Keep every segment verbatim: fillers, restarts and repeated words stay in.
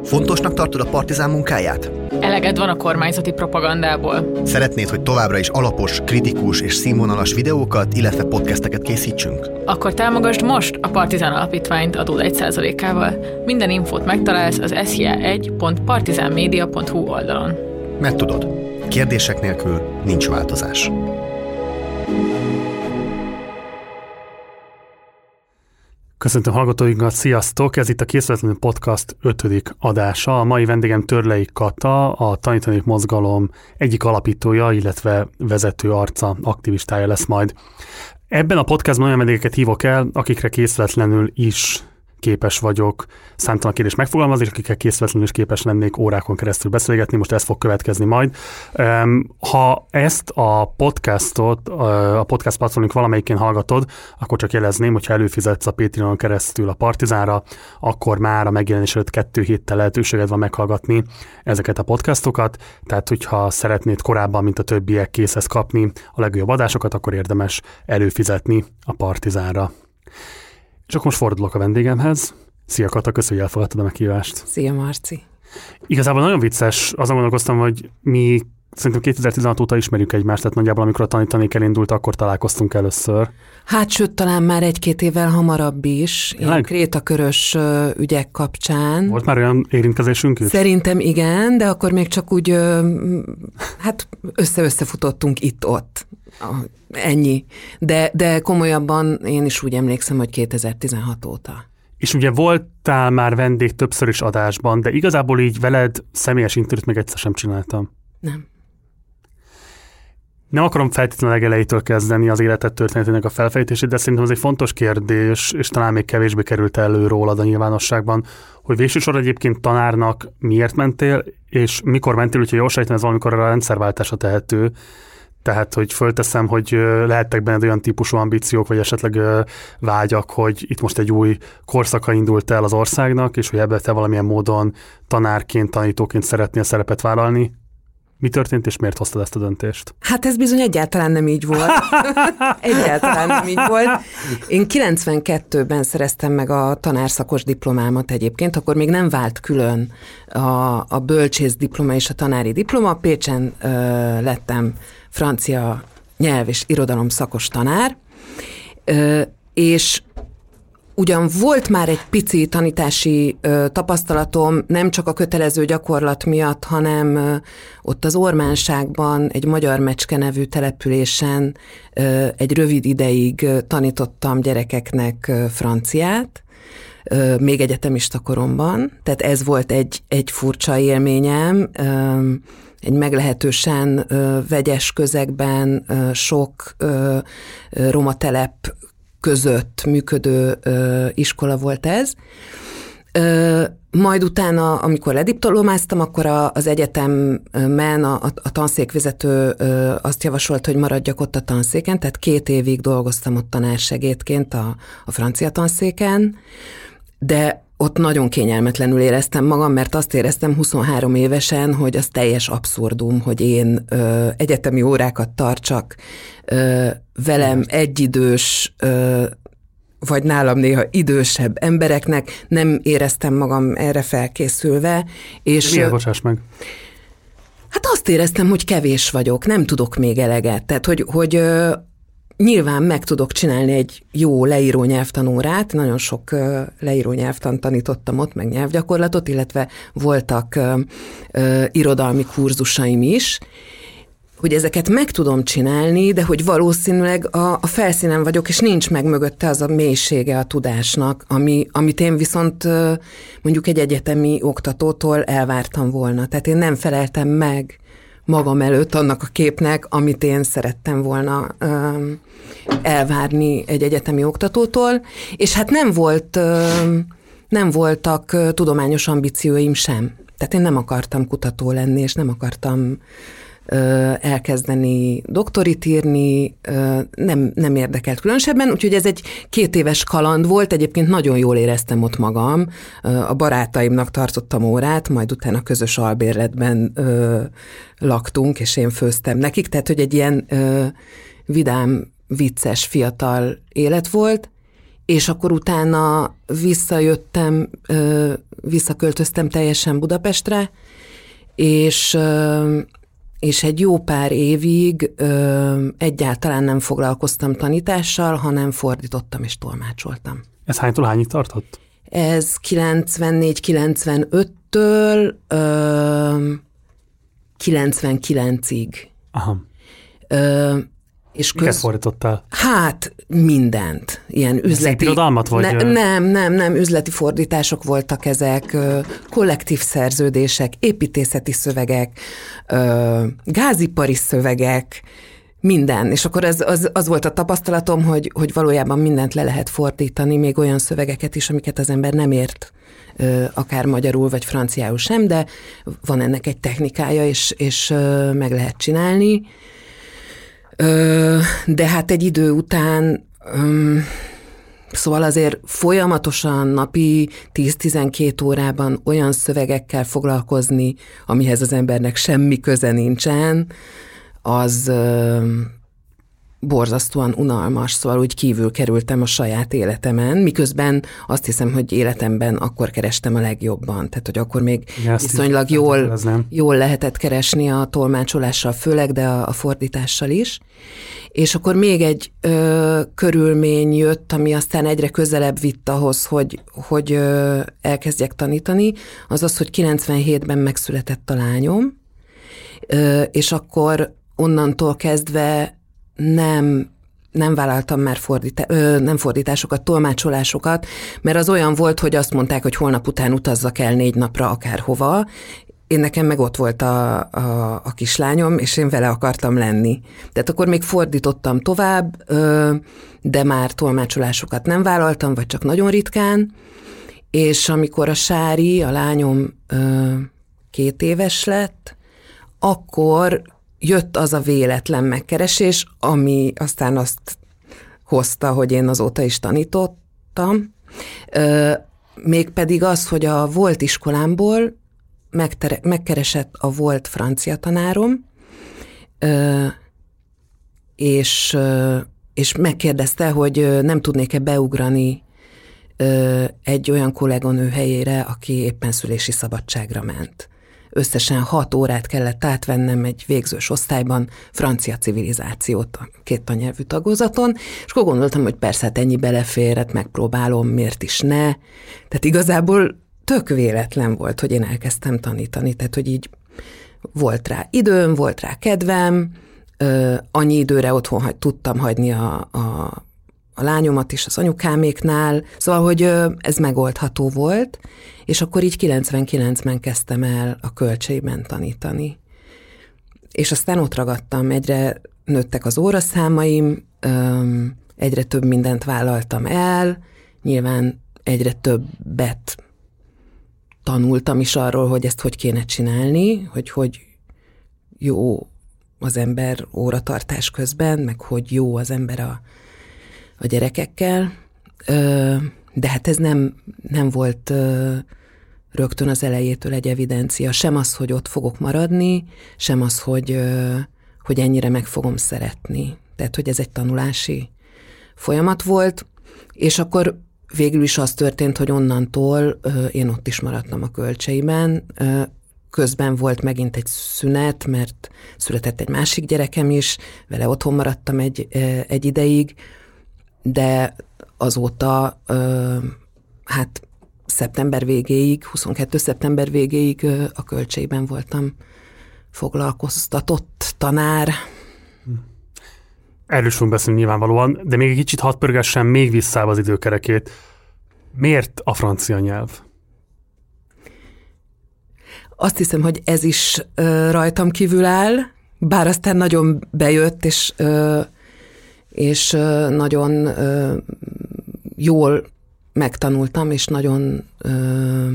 Fontosnak tartod a Partizán munkáját? Eleged van a kormányzati propagandából. Szeretnéd, hogy továbbra is alapos, kritikus és színvonalas videókat, illetve podcasteket készítsünk? Akkor támogasd most a Partizán Alapítványt adód egy százalékával. Minden infót megtalálsz az s j a egy pont partizánmedia pont hu oldalon. Mert tudod, kérdések nélkül nincs változás. Köszöntöm hallgatóinkat, sziasztok! Ez itt a Készületlenül Podcast ötödik adása. A mai vendégem Törlei Kata, a Tanítanék Mozgalom egyik alapítója, illetve vezető arca, aktivistája lesz majd. Ebben a podcastban olyan vendégeket hívok el, akikre készületlenül is képes vagyok számtalan kérdést megfogalmazni, és akikkel készületlenül is képes lennék órákon keresztül beszélgetni, most ez fog következni majd. Ha ezt a podcastot, a podcast platformunk valamelyikén hallgatod, akkor csak jelezném, hogyha előfizetsz a Patreonon keresztül a Partizánra, akkor már a megjelenés előtt kettő héttel lehetőséged van meghallgatni ezeket a podcastokat, tehát hogyha szeretnéd korábban, mint a többiek készhez kapni a legjobb adásokat, akkor érdemes előfizetni a Partizánra. És akkor most fordulok a vendégemhez. Szia Kata, köszönjük, hogy elfogadtad a meghívást. Szia Marci. Igazából nagyon vicces, azon gondolkoztam, hogy mi szerintem kétezer-tizenhat óta ismerjük egymást, tehát nagyjából amikor a Tanítanék elindult, akkor találkoztunk először. Hát sőt, talán már egy-két évvel hamarabb is, ilyen krétakörös ügyek kapcsán. Volt már olyan érintkezésünk is? Szerintem igen, de akkor még csak úgy, hát össze-összefutottunk itt-ott. Ennyi. De, de komolyabban én is úgy emlékszem, hogy kétezer-tizenhat óta. És ugye voltál már vendég többször is adásban, de igazából így veled személyes interjút még egyszer sem csináltam. Nem. Nem akarom feltétlenül legelejétől kezdeni az életed történetének a felfejtését, de szerintem ez egy fontos kérdés, és talán még kevésbé került elő rólad a nyilvánosságban, hogy végső sorban egyébként tanárnak miért mentél, és mikor mentél, úgyhogy jól sejtem, ez valamikor a rendszerváltásra tehető. Tehát, hogy fölteszem, hogy lehettek benned olyan típusú ambíciók, vagy esetleg vágyak, hogy itt most egy új korszaka indult el az országnak, és hogy ebben te valamilyen módon tanárként, tanítóként szeretnél szerepet vállalni. Mi történt, és miért hoztad ezt a döntést? Hát ez bizony egyáltalán nem így volt. Egyáltalán nem így volt. Én kilencvenkettőben szereztem meg a tanárszakos diplomámat egyébként, akkor még nem vált külön a, a bölcsész diploma és a tanári diploma. Pécsen ö, lettem francia nyelv és irodalom szakos tanár, ö, és ugyan volt már egy pici tanítási ö, tapasztalatom, nem csak a kötelező gyakorlat miatt, hanem ö, ott az Ormánságban, egy Magyar Mecske nevű településen ö, egy rövid ideig ö, tanítottam gyerekeknek ö, franciát, ö, még egyetemista koromban, tehát ez volt egy, egy furcsa élményem, ö, egy meglehetősen ö, vegyes közegben ö, sok ö, ö, romatelep között működő ö, iskola volt ez. Ö, majd utána, amikor lediplomáztam, akkor a, az egyetemen a, a, a tanszékvezető ö, azt javasolt, hogy maradjak ott a tanszéken, tehát két évig dolgoztam ott tanársegédként a, a francia tanszéken, de ott nagyon kényelmetlenül éreztem magam, mert azt éreztem huszonhárom évesen, hogy az teljes abszurdum, hogy én ö, egyetemi órákat tartsak ö, velem egyidős, ö, vagy nálam néha idősebb embereknek, nem éreztem magam erre felkészülve. És miért, bocsáss meg? Hát azt éreztem, hogy kevés vagyok, nem tudok még eleget. Tehát, hogy, hogy ö, nyilván meg tudok csinálni egy jó leíró nyelvtanórát, nagyon sok uh, leíró nyelvtant tanítottam ott, meg nyelvgyakorlatot, illetve voltak uh, uh, irodalmi kurzusaim is, hogy ezeket meg tudom csinálni, de hogy valószínűleg a, a felszínen vagyok, és nincs meg mögötte az a mélysége a tudásnak, ami, amit én viszont uh, mondjuk egy egyetemi oktatótól elvártam volna. Tehát én nem feleltem meg magam előtt annak a képnek, amit én szerettem volna um, elvárni egy egyetemi oktatótól, és hát nem volt, um, nem voltak uh, tudományos ambícióim sem. Tehát én nem akartam kutató lenni, és nem akartam elkezdeni doktorit írni, nem, nem érdekelt különösebben, úgyhogy ez egy két éves kaland volt, egyébként nagyon jól éreztem ott magam, a barátaimnak tartottam órát, majd utána közös albérletben ö, laktunk, és én főztem nekik, tehát hogy egy ilyen ö, vidám, vicces, fiatal élet volt, és akkor utána visszajöttem, visszaköltöztem teljesen Budapestre, és, és egy jó pár évig egyáltalán nem foglalkoztam tanítással, hanem fordítottam és tolmácsoltam. Ez hánytól hányig tartott? Ez kilencvennégy kilencvenöttől kilencvenkilencig. Aha. Ö, és Miket köz... fordítottál? Hát mindent. Ilyen üzleti... Irodalmat vagy? Ne, nem, nem, nem, üzleti fordítások voltak ezek, kollektív szerződések, építészeti szövegek, gázipari szövegek, minden. És akkor az, az, az volt a tapasztalatom, hogy, hogy valójában mindent le lehet fordítani, még olyan szövegeket is, amiket az ember nem ért, akár magyarul vagy franciául sem, de van ennek egy technikája, és, és meg lehet csinálni. De hát egy idő után, szóval azért folyamatosan napi tíz-tizenkét órában olyan szövegekkel foglalkozni, amihez az embernek semmi köze nincsen, az borzasztóan unalmas, szóval úgy kívül kerültem a saját életemen, miközben azt hiszem, hogy életemben akkor kerestem a legjobban, tehát hogy akkor még ja, viszonylag jól, jól lehetett keresni a tolmácsolással főleg, de a, a fordítással is. És akkor még egy ö, körülmény jött, ami aztán egyre közelebb vitt ahhoz, hogy, hogy ö, elkezdjek tanítani, az az, hogy kilencvenhétben megszületett a lányom, ö, és akkor onnantól kezdve nem, nem vállaltam már fordítá- ö, nem fordításokat, tolmácsolásokat, mert az olyan volt, hogy azt mondták, hogy holnap után utazzak el négy napra akárhova. Én nekem meg ott volt a, a, a kislányom, és én vele akartam lenni. Tehát akkor még fordítottam tovább, ö, de már tolmácsolásokat nem vállaltam, vagy csak nagyon ritkán, és amikor a Sári, a lányom ö, két éves lett, akkor jött az a véletlen megkeresés, ami aztán azt hozta, hogy én azóta is tanítottam. Mégpedig az, hogy a volt iskolámból megtere- megkeresett a volt francia tanárom, és, és megkérdezte, hogy nem tudnék-e beugrani egy olyan kolléganő helyére, aki éppen szülési szabadságra ment. Összesen hat órát kellett átvennem egy végzős osztályban francia civilizációt a két tannyelvű tagozaton, és akkor gondoltam, hogy persze, hát ennyi belefér, hát megpróbálom, miért is ne. Tehát igazából tök véletlen volt, hogy én elkezdtem tanítani, tehát hogy így volt rá időm, volt rá kedvem, annyi időre otthon hagy, tudtam hagyni a, a, a lányomat is az anyukáméknál, szóval, hogy ez megoldható volt, és akkor így kilencvenkilencben kezdtem el a Kölcseiben tanítani. És aztán ott ragadtam, egyre nőttek az óraszámaim, egyre több mindent vállaltam el, nyilván egyre többet tanultam is arról, hogy ezt hogy kéne csinálni, hogy hogy jó az ember óratartás közben, meg hogy jó az ember a, a gyerekekkel, de hát ez nem, nem volt rögtön az elejétől egy evidencia, sem az, hogy ott fogok maradni, sem az, hogy, hogy ennyire meg fogom szeretni. Tehát, hogy ez egy tanulási folyamat volt, és akkor végül is az történt, hogy onnantól én ott is maradtam a Kölcseiben. Közben volt megint egy szünet, mert született egy másik gyerekem is, vele otthon maradtam egy, egy ideig, de azóta hát szeptember végéig, huszonkettő szeptember végéig a Kölcseiben voltam foglalkoztatott tanár. Erről is fogunk beszélni nyilvánvalóan, de még egy kicsit hadd pörgessen még visszább az időkerekét. Miért a francia nyelv? Azt hiszem, hogy ez is ö, rajtam kívül áll, bár aztán nagyon bejött, és, ö, és ö, nagyon ö, jól megtanultam, és nagyon... Ö,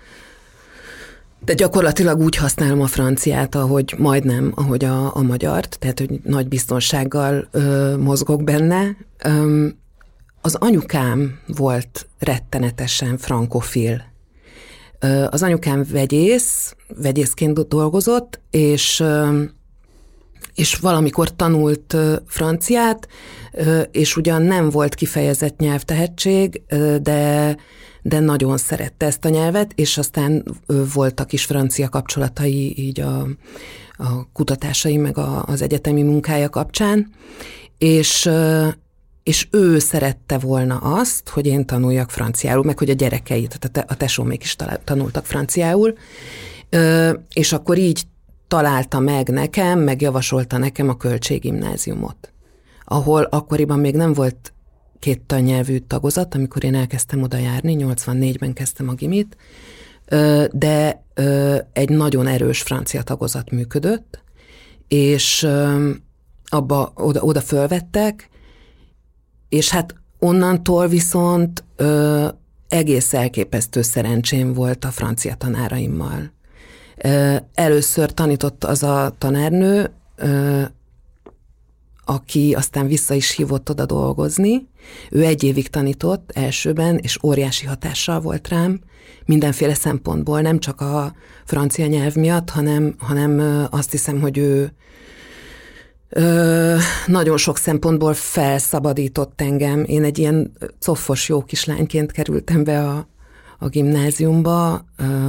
de gyakorlatilag úgy használom a franciát, ahogy majdnem, ahogy a, a magyart, tehát hogy nagy biztonsággal ö, mozgok benne. Ö, az anyukám volt rettenetesen frankofil. Ö, az anyukám vegyész, vegyészként dolgozott, és, ö, és valamikor tanult franciát, és ugyan nem volt kifejezett nyelvtehetség, de, de nagyon szerette ezt a nyelvet, és aztán voltak is francia kapcsolatai így a, a kutatásai, meg a, az egyetemi munkája kapcsán, és, és ő szerette volna azt, hogy én tanuljak franciául, meg hogy a gyerekei, tehát a tesómék is tanultak franciául, és akkor így találta meg nekem, meg javasolta nekem a költséggimnáziumot, ahol akkoriban még nem volt két tannyelvű tagozat, amikor én elkezdtem oda járni, nyolcvannégyben kezdtem a gimit, de egy nagyon erős francia tagozat működött, és abba oda, oda fölvettek, és hát onnantól viszont egész elképesztő szerencsém volt a francia tanáraimmal. Először tanított az a tanárnő, aki aztán vissza is hívott oda dolgozni. Ő egy évig tanított elsőben, és óriási hatással volt rám, mindenféle szempontból, nem csak a francia nyelv miatt, hanem, hanem azt hiszem, hogy ő nagyon sok szempontból felszabadított engem. Én egy ilyen coffos jó kislányként kerültem be a, a gimnáziumba,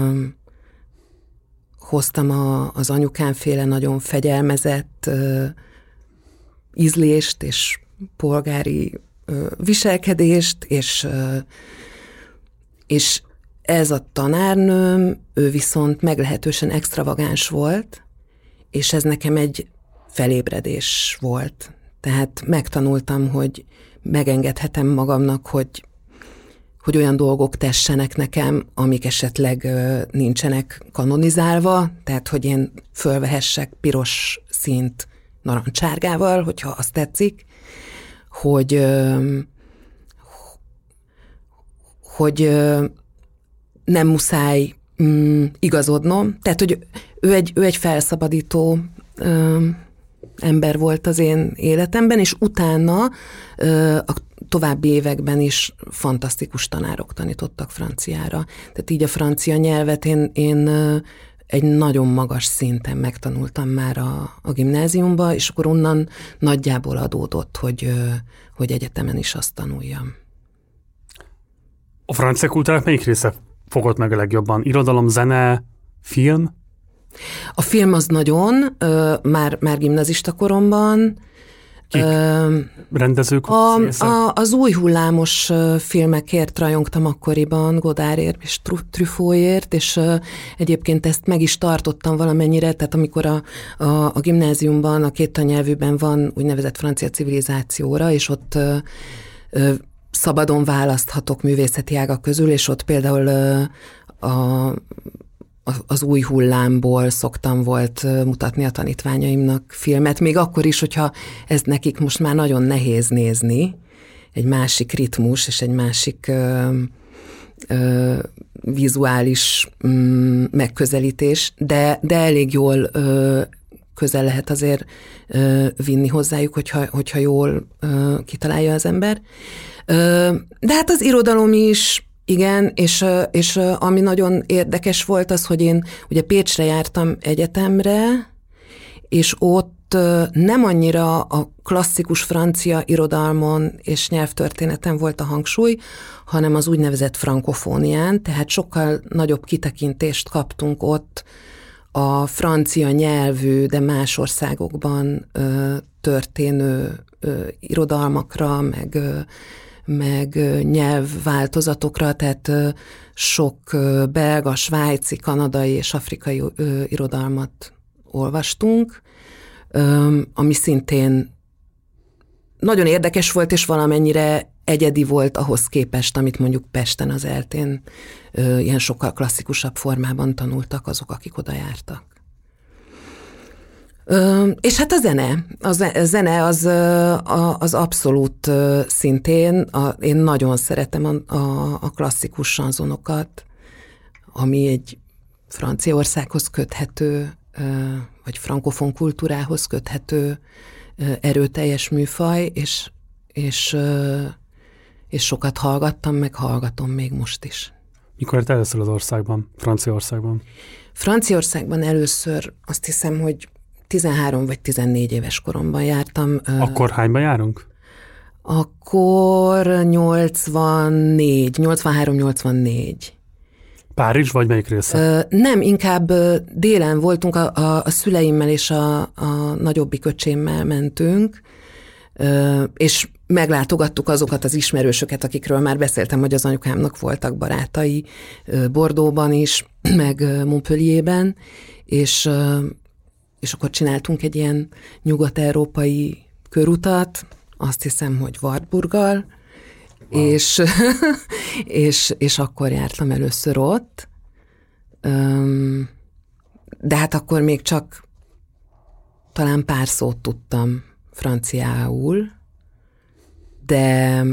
hoztam a, az anyukámféle nagyon fegyelmezett ö, ízlést és polgári ö, viselkedést, és, ö, és ez a tanárnőm, ő viszont meglehetősen extravagáns volt, és ez nekem egy felébredés volt. Tehát megtanultam, hogy megengedhetem magamnak, hogy hogy olyan dolgok tessenek nekem, amik esetleg nincsenek kanonizálva, tehát hogy én fölvehessek piros színt narancsárgával, hogyha azt tetszik, hogy, hogy nem muszáj igazodnom. Tehát, hogy ő egy, ő egy felszabadító ember volt az én életemben, és utána a további években is fantasztikus tanárok tanítottak franciára. Tehát így a francia nyelvet én, én egy nagyon magas szinten megtanultam már a, a gimnáziumba, és akkor onnan nagyjából adódott, hogy, hogy egyetemen is azt tanuljam. A francia kultúrák melyik része fogott meg a legjobban? Irodalom, zene, film? A film az nagyon, már, már gimnazista koromban. Kik? Ö, rendezők? A, a, az új hullámos filmekért rajongtam akkoriban, Godardért és Truffautért, és egyébként ezt meg is tartottam valamennyire, tehát amikor a, a, a gimnáziumban, a két tannyelvűben van úgynevezett francia civilizációra, és ott ö, ö, szabadon választhatok művészeti ágak közül, és ott például ö, a az új hullámból szoktam volt mutatni a tanítványaimnak filmet, még akkor is, hogyha ez nekik most már nagyon nehéz nézni, egy másik ritmus és egy másik ö, ö, vizuális mm, megközelítés, de, de elég jól ö, közel lehet azért ö, vinni hozzájuk, hogyha, hogyha jól ö, kitalálja az ember. Ö, de hát az irodalom is, igen, és, és ami nagyon érdekes volt az, hogy én ugye Pécsre jártam egyetemre, és ott nem annyira a klasszikus francia irodalmon és nyelvtörténeten volt a hangsúly, hanem az úgynevezett frankofónián, tehát sokkal nagyobb kitekintést kaptunk ott a francia nyelvű, de más országokban történő irodalmakra, meg meg nyelvváltozatokra, tehát sok belga, svájci, kanadai és afrikai irodalmat olvastunk, ami szintén nagyon érdekes volt, és valamennyire egyedi volt ahhoz képest, amit mondjuk Pesten az eltén ilyen sokkal klasszikusabb formában tanultak azok, akik oda jártak. Ö, és hát a zene, a zene az, az abszolút szintén, a, én nagyon szeretem a, a, a klasszikus sanzonokat, ami egy Franciaországhoz köthető, vagy frankofon kultúrához köthető erőteljes műfaj, és, és, és sokat hallgattam, meg hallgatom még most is. Mikor jött először az országban, Franciaországban? Franciaországban először azt hiszem, hogy tizenhárom vagy tizennégy éves koromban jártam. Akkor hányban járunk? Akkor nyolcvannégy, nyolcvanhárom nyolcvannégy. Párizs, vagy melyik része? Nem, inkább délen voltunk, a, a, a szüleimmel és a, a nagyobbik öcsémmel mentünk, és meglátogattuk azokat az ismerősöket, akikről már beszéltem, hogy az anyukámnak voltak barátai Bordeauxban is, meg Montpellierben, és, és akkor csináltunk egy ilyen nyugat-európai körutat, azt hiszem, hogy Wartburggal, wow. és, és, és akkor jártam először ott, de hát akkor még csak talán pár szót tudtam franciául, de,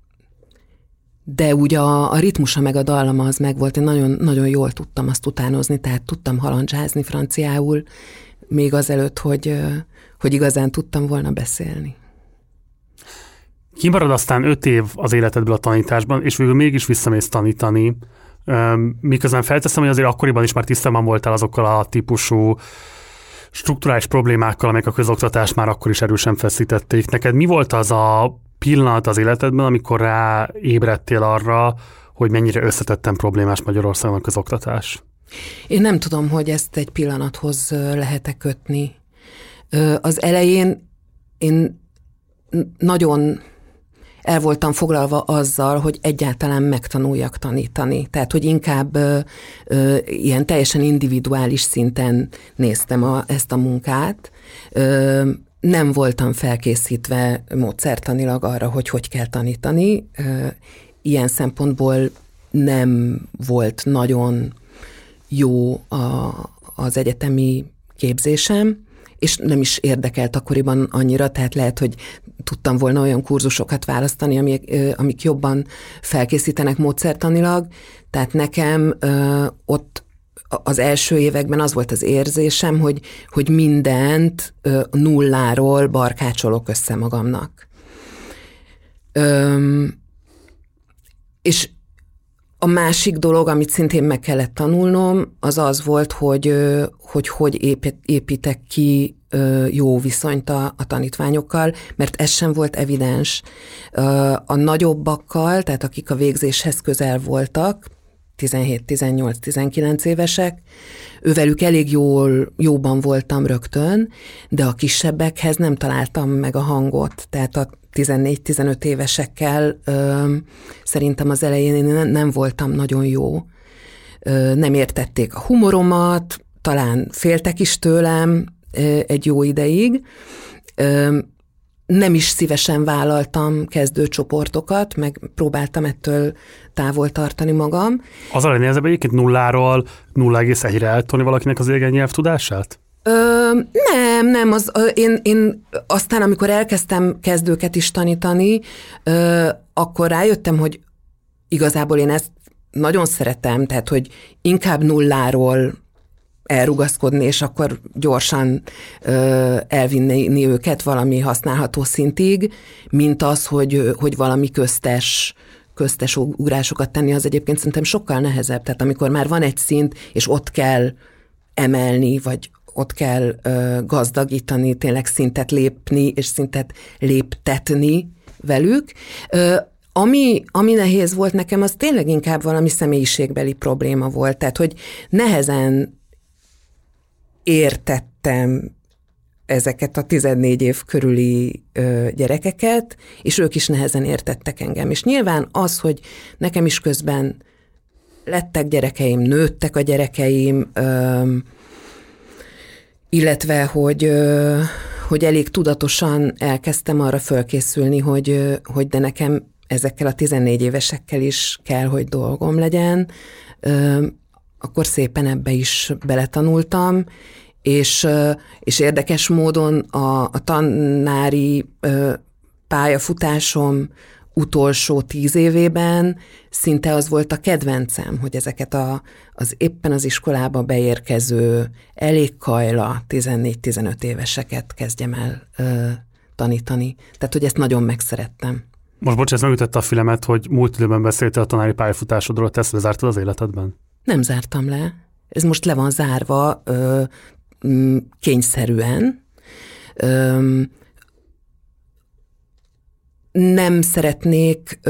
de úgy a, a ritmusa meg a dallama az megvolt, én nagyon, nagyon jól tudtam azt utánozni, tehát tudtam halandzsázni franciául, még azelőtt, hogy, hogy igazán tudtam volna beszélni. Kimarad aztán öt év az életedből a tanításban, és végül mégis visszamész tanítani, miközben felteszem, hogy azért akkoriban is már tisztában voltál azokkal a típusú strukturális problémákkal, amelyek a közoktatást már akkor is erősen feszítették. Neked mi volt az a pillanat az életedben, amikor rá ébredtél arra, hogy mennyire összetetten problémás Magyarországon a közoktatás? Én nem tudom, hogy ezt egy pillanathoz lehet-e kötni. Az elején én nagyon el voltam foglalva azzal, hogy egyáltalán megtanuljak tanítani. Tehát, hogy inkább ö, ö, ilyen teljesen individuális szinten néztem a, ezt a munkát. Ö, nem voltam felkészítve módszertanilag arra, hogy hogy kell tanítani. Ö, ilyen szempontból nem volt nagyon jó a, az egyetemi képzésem, és nem is érdekelt akkoriban annyira, tehát lehet, hogy tudtam volna olyan kurzusokat választani, amik, amik jobban felkészítenek módszertanilag, tehát nekem ö, ott az első években az volt az érzésem, hogy, hogy mindent ö, nulláról barkácsolok össze magamnak. Ö, és a másik dolog, amit szintén meg kellett tanulnom, az az volt, hogy hogy, hogy építek ki jó viszonyt a, a tanítványokkal, mert ez sem volt evidens. A nagyobbakkal, tehát akik a végzéshez közel voltak, tizenhét, tizennyolc, tizenkilenc évesek, ővelük elég jól, jóban voltam rögtön, de a kisebbekhez nem találtam meg a hangot, tehát a tizennégy-tizenöt évesekkel ö, szerintem az elején én nem voltam nagyon jó. Ö, nem értették a humoromat, talán féltek is tőlem ö, egy jó ideig. Ö, nem is szívesen vállaltam kezdőcsoportokat, meg próbáltam ettől távol tartani magam. Az a legnehezebb egyébként nulláról nulla egész egyre eltolni valakinek az idegen nyelvtudását? Ö, nem, nem, az, ö, én, én aztán, amikor elkezdtem kezdőket is tanítani, ö, akkor rájöttem, hogy igazából én ezt nagyon szeretem, tehát, hogy inkább nulláról elrugaszkodni, és akkor gyorsan ö, elvinni őket valami használható szintig, mint az, hogy, hogy valami köztes, köztes ugrásokat tenni, az egyébként szerintem sokkal nehezebb. Tehát amikor már van egy szint, és ott kell emelni, vagy ott kell ö, gazdagítani, tényleg szintet lépni, és szintet léptetni velük. Ö, ami, ami nehéz volt nekem, az tényleg inkább valami személyiségbeli probléma volt. Tehát, hogy nehezen értettem ezeket a tizennégy év körüli ö, gyerekeket, és ők is nehezen értettek engem. És nyilván az, hogy nekem is közben lettek gyerekeim, nőttek a gyerekeim, ö, illetve, hogy, ö, hogy elég tudatosan elkezdtem arra fölkészülni, hogy, ö, hogy de nekem ezekkel a tizennégy évesekkel is kell, hogy dolgom legyen, ö, akkor szépen ebbe is beletanultam, és, és érdekes módon a, a tanári ö, pályafutásom utolsó tíz évében szinte az volt a kedvencem, hogy ezeket a, az éppen az iskolába beérkező elég kajla tizennégy-tizenöt éveseket kezdjem el ö, tanítani. Tehát, hogy ezt nagyon megszerettem. Most bocs, ez megütötte a fülemet, hogy múlt időben beszéltél a tanári pályafutásodról, te ezt lezártad az életedben? Nem zártam le. Ez most le van zárva. Ö, kényszerűen. Nem szeretnék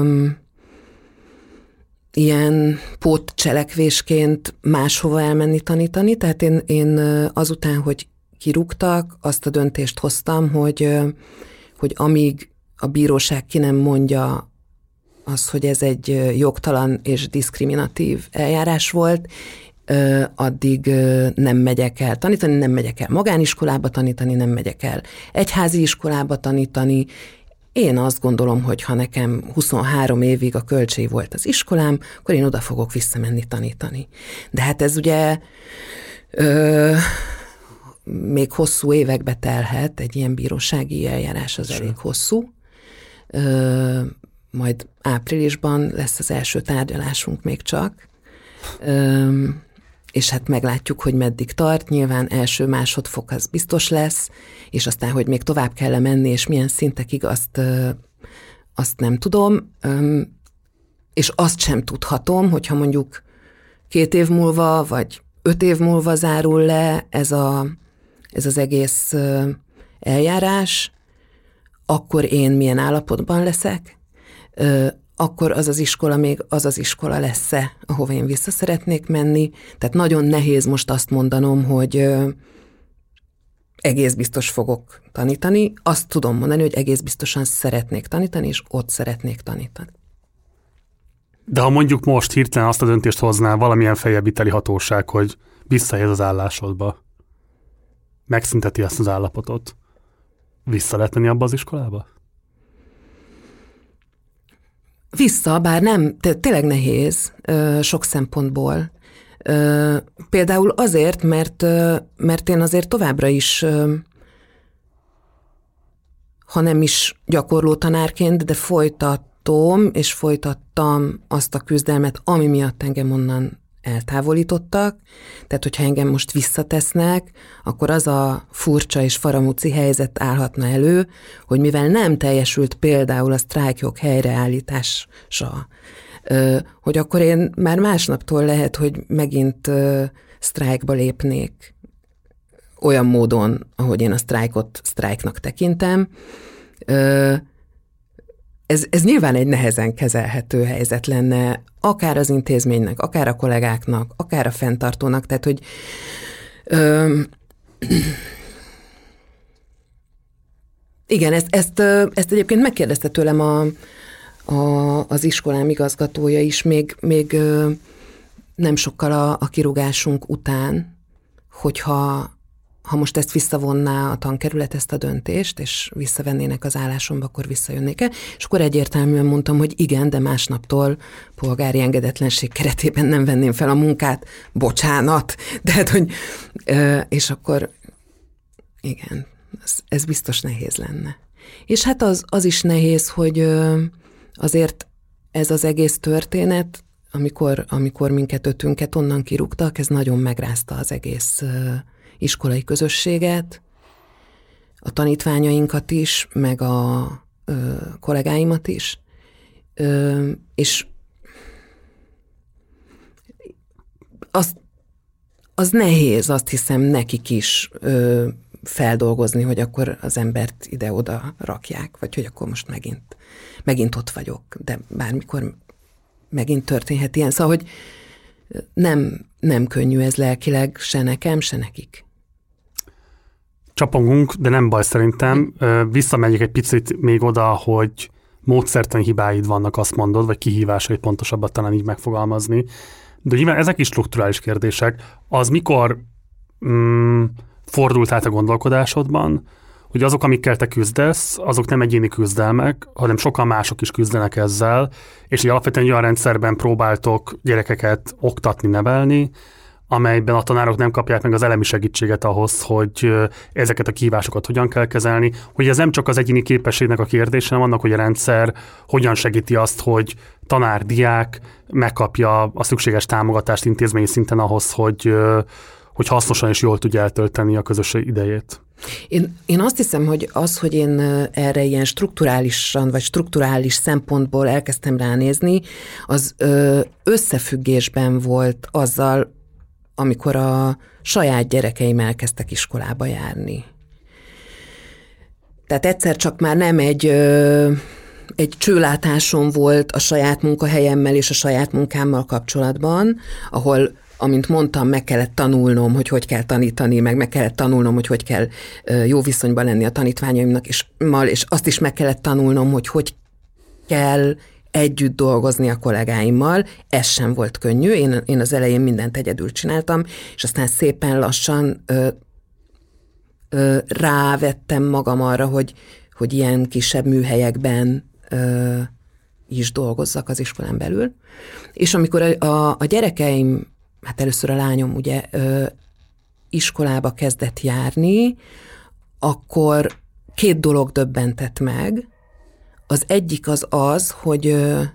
ilyen pótcselekvésként máshova elmenni tanítani, tehát én, én azután, hogy kirúgtak, azt a döntést hoztam, hogy, hogy amíg a bíróság ki nem mondja azt, hogy ez egy jogtalan és diszkriminatív eljárás volt, addig nem megyek el tanítani, nem megyek el magániskolába tanítani, nem megyek el egyházi iskolába tanítani. Én azt gondolom, hogy ha nekem huszonhárom évig a kölcsei volt az iskolám, akkor én oda fogok visszamenni tanítani. De hát ez ugye ö, még hosszú évekbe telhet, egy ilyen bírósági eljárás az elég hosszú. Ö, majd áprilisban lesz az első tárgyalásunk még csak, ö, és hát meglátjuk, hogy meddig tart. Nyilván első másodfok az biztos lesz, és aztán, hogy még tovább kell menni, és milyen szintekig, azt, azt nem tudom. És azt sem tudhatom, hogyha mondjuk két év múlva, vagy öt év múlva zárul le ez, a, ez az egész eljárás, akkor én milyen állapotban leszek, akkor az az iskola még az az iskola lesz-e, ahova én vissza szeretnék menni. Tehát nagyon nehéz most azt mondanom, hogy egész biztos fogok tanítani. Azt tudom mondani, hogy egész biztosan szeretnék tanítani, és ott szeretnék tanítani. De ha mondjuk most hirtelen azt a döntést hoznál valamilyen feljebbviteli hatóság, hogy visszahelyez az állásodba, megszünteti ezt az állapotot, vissza lehet menni abba az iskolába? Vissza, bár nem, tényleg nehéz sok szempontból. Például azért, mert, mert én azért továbbra is, ha nem is gyakorló tanárként, de folytatom és folytattam azt a küzdelmet, ami miatt engem onnan eltávolítottak. Tehát, hogyha engem most visszatesznek, akkor az a furcsa és faramúci helyzet állhatna elő, hogy mivel nem teljesült például a sztrájkjog helyreállítása, hogy akkor én már másnaptól lehet, hogy megint sztrájkba lépnék olyan módon, ahogy én a sztrájkot sztrájknak tekintem. Ez, ez nyilván egy nehezen kezelhető helyzet lenne, akár az intézménynek, akár a kollégáknak, akár a fenntartónak, tehát, hogy ö, igen, ezt, ezt, ezt egyébként megkérdezte tőlem a, a, az iskolám igazgatója is, még, még nem sokkal a, a kirúgásunk után, hogyha ha most ezt visszavonná a tankerület, ezt a döntést, és visszavennének az állásomba, akkor visszajönnék-e? És akkor egyértelműen mondtam, hogy igen, de másnaptól polgári engedetlenség keretében nem venném fel a munkát, bocsánat. De hát, hogy, és akkor igen, ez, ez biztos nehéz lenne. És hát az, az is nehéz, hogy azért ez az egész történet, amikor, amikor minket ötünket onnan kirúgtak, ez nagyon megrázta az egész iskolai közösséget, a tanítványainkat is, meg a ö, kollégáimat is, ö, és az, az nehéz, azt hiszem, nekik is ö, feldolgozni, hogy akkor az embert ide-oda rakják, vagy hogy akkor most megint, megint ott vagyok, de bármikor megint történhet ilyen. Szóval, hogy nem, nem könnyű ez lelkileg se nekem, se nekik. Csapongunk, de nem baj szerintem. Visszamegyek egy picit még oda, hogy módszertani hibáid vannak, azt mondod, vagy kihívásait pontosabban talán így megfogalmazni. De nyilván ezek is strukturális kérdések. Az mikor mm, fordult át a gondolkodásodban, hogy azok, amikkel te küzdesz, azok nem egyéni küzdelmek, hanem sokan mások is küzdenek ezzel, és így alapvetően olyan rendszerben próbáltok gyerekeket oktatni, nevelni, amelyben a tanárok nem kapják meg az elemi segítséget ahhoz, hogy ezeket a kihívásokat hogyan kell kezelni, hogy ez nem csak az egyéni képességnek a kérdése, hanem annak, hogy a rendszer hogyan segíti azt, hogy tanár, diák megkapja a szükséges támogatást intézményi szinten ahhoz, hogy, hogy hasznosan és jól tudja eltölteni a közösség idejét. Én, én azt hiszem, hogy az, hogy én erre ilyen strukturálisan, vagy strukturális szempontból elkezdtem ránézni, az ö, összefüggésben volt azzal, amikor a saját gyerekeim elkezdtek iskolába járni. Tehát egyszer csak már nem egy, egy csőlátásom volt a saját munkahelyemmel és a saját munkámmal kapcsolatban, ahol, amint mondtam, meg kellett tanulnom, hogy hogy kell tanítani, meg meg kellett tanulnom, hogy hogy kell jó viszonyban lenni a tanítványaimnak, és, és azt is meg kellett tanulnom, hogy hogy kell együtt dolgozni a kollégáimmal. Ez sem volt könnyű. Én, én az elején mindent egyedül csináltam, és aztán szépen lassan ö, ö, rávettem magam arra, hogy, hogy ilyen kisebb műhelyekben ö, is dolgozzak az iskolán belül. És amikor a, a, a gyerekeim, hát először a lányom ugye ö, iskolába kezdett járni, akkor két dolog döbbentett meg. Az egyik az az, hogy,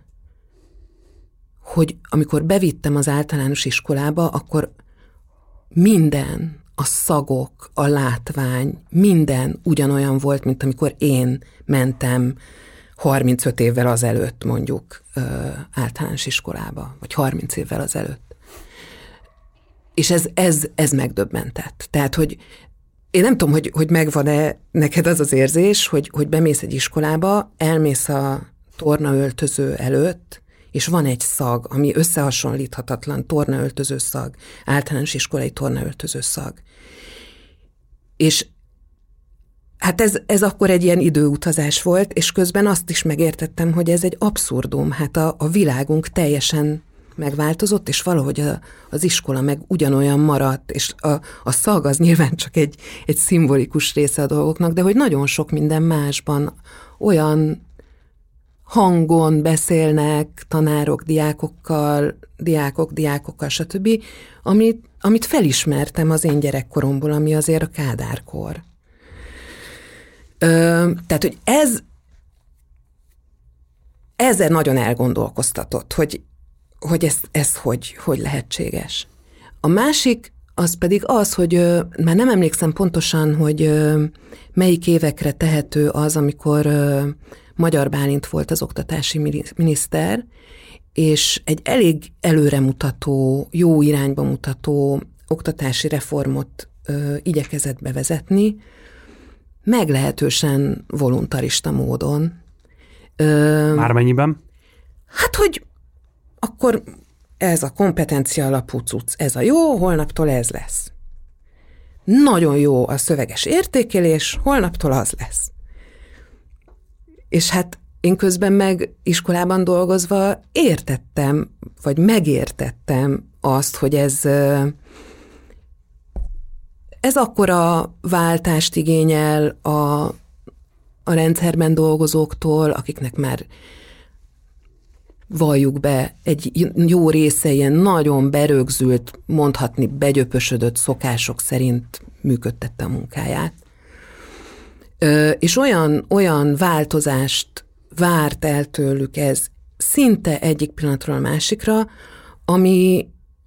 hogy amikor bevittem az általános iskolába, akkor minden, a szagok, a látvány, minden ugyanolyan volt, mint amikor én mentem harmincöt évvel azelőtt mondjuk általános iskolába, vagy harminc évvel azelőtt. És ez, ez, ez megdöbbentett. Tehát, hogy én nem tudom, hogy, hogy megvan-e neked az az érzés, hogy, hogy bemész egy iskolába, elmész a tornaöltöző előtt, és van egy szag, ami összehasonlíthatatlan tornaöltöző szag, általános iskolai tornaöltöző szag. És hát ez, ez akkor egy ilyen időutazás volt, és közben azt is megértettem, hogy ez egy abszurdum. Hát a, a világunk teljesen megváltozott, és valahogy a, az iskola meg ugyanolyan maradt, és a, a szag az nyilván csak egy, egy szimbolikus része a dolgoknak, de hogy nagyon sok minden másban olyan hangon beszélnek tanárok, diákokkal, diákok, diákokkal, stb., amit, amit felismertem az én gyerekkoromból, ami azért a Kádárkor. Ö, tehát, hogy ez ezzel nagyon elgondolkoztatott, hogy hogy ez, ez hogy, hogy lehetséges. A másik az pedig az, hogy ö, már nem emlékszem pontosan, hogy ö, melyik évekre tehető az, amikor ö, Magyar Bálint volt az oktatási miniszter, és egy elég előremutató, jó irányba mutató oktatási reformot ö, igyekezett bevezetni, meglehetősen voluntarista módon. Ö, Mármennyiben? Hát, hogy akkor ez a kompetencia alapú cucc, ez a jó, holnaptól ez lesz. Nagyon jó a szöveges értékelés, holnaptól az lesz. És hát én közben meg iskolában dolgozva értettem, vagy megértettem azt, hogy ez, ez akkora váltást igényel a, a rendszerben dolgozóktól, akiknek már valljuk be, egy jó része ilyen nagyon berögzült, mondhatni begyöpösödött szokások szerint működtette a munkáját. Ö, és olyan, olyan változást várt el tőlük ez szinte egyik pillanatról a másikra, ami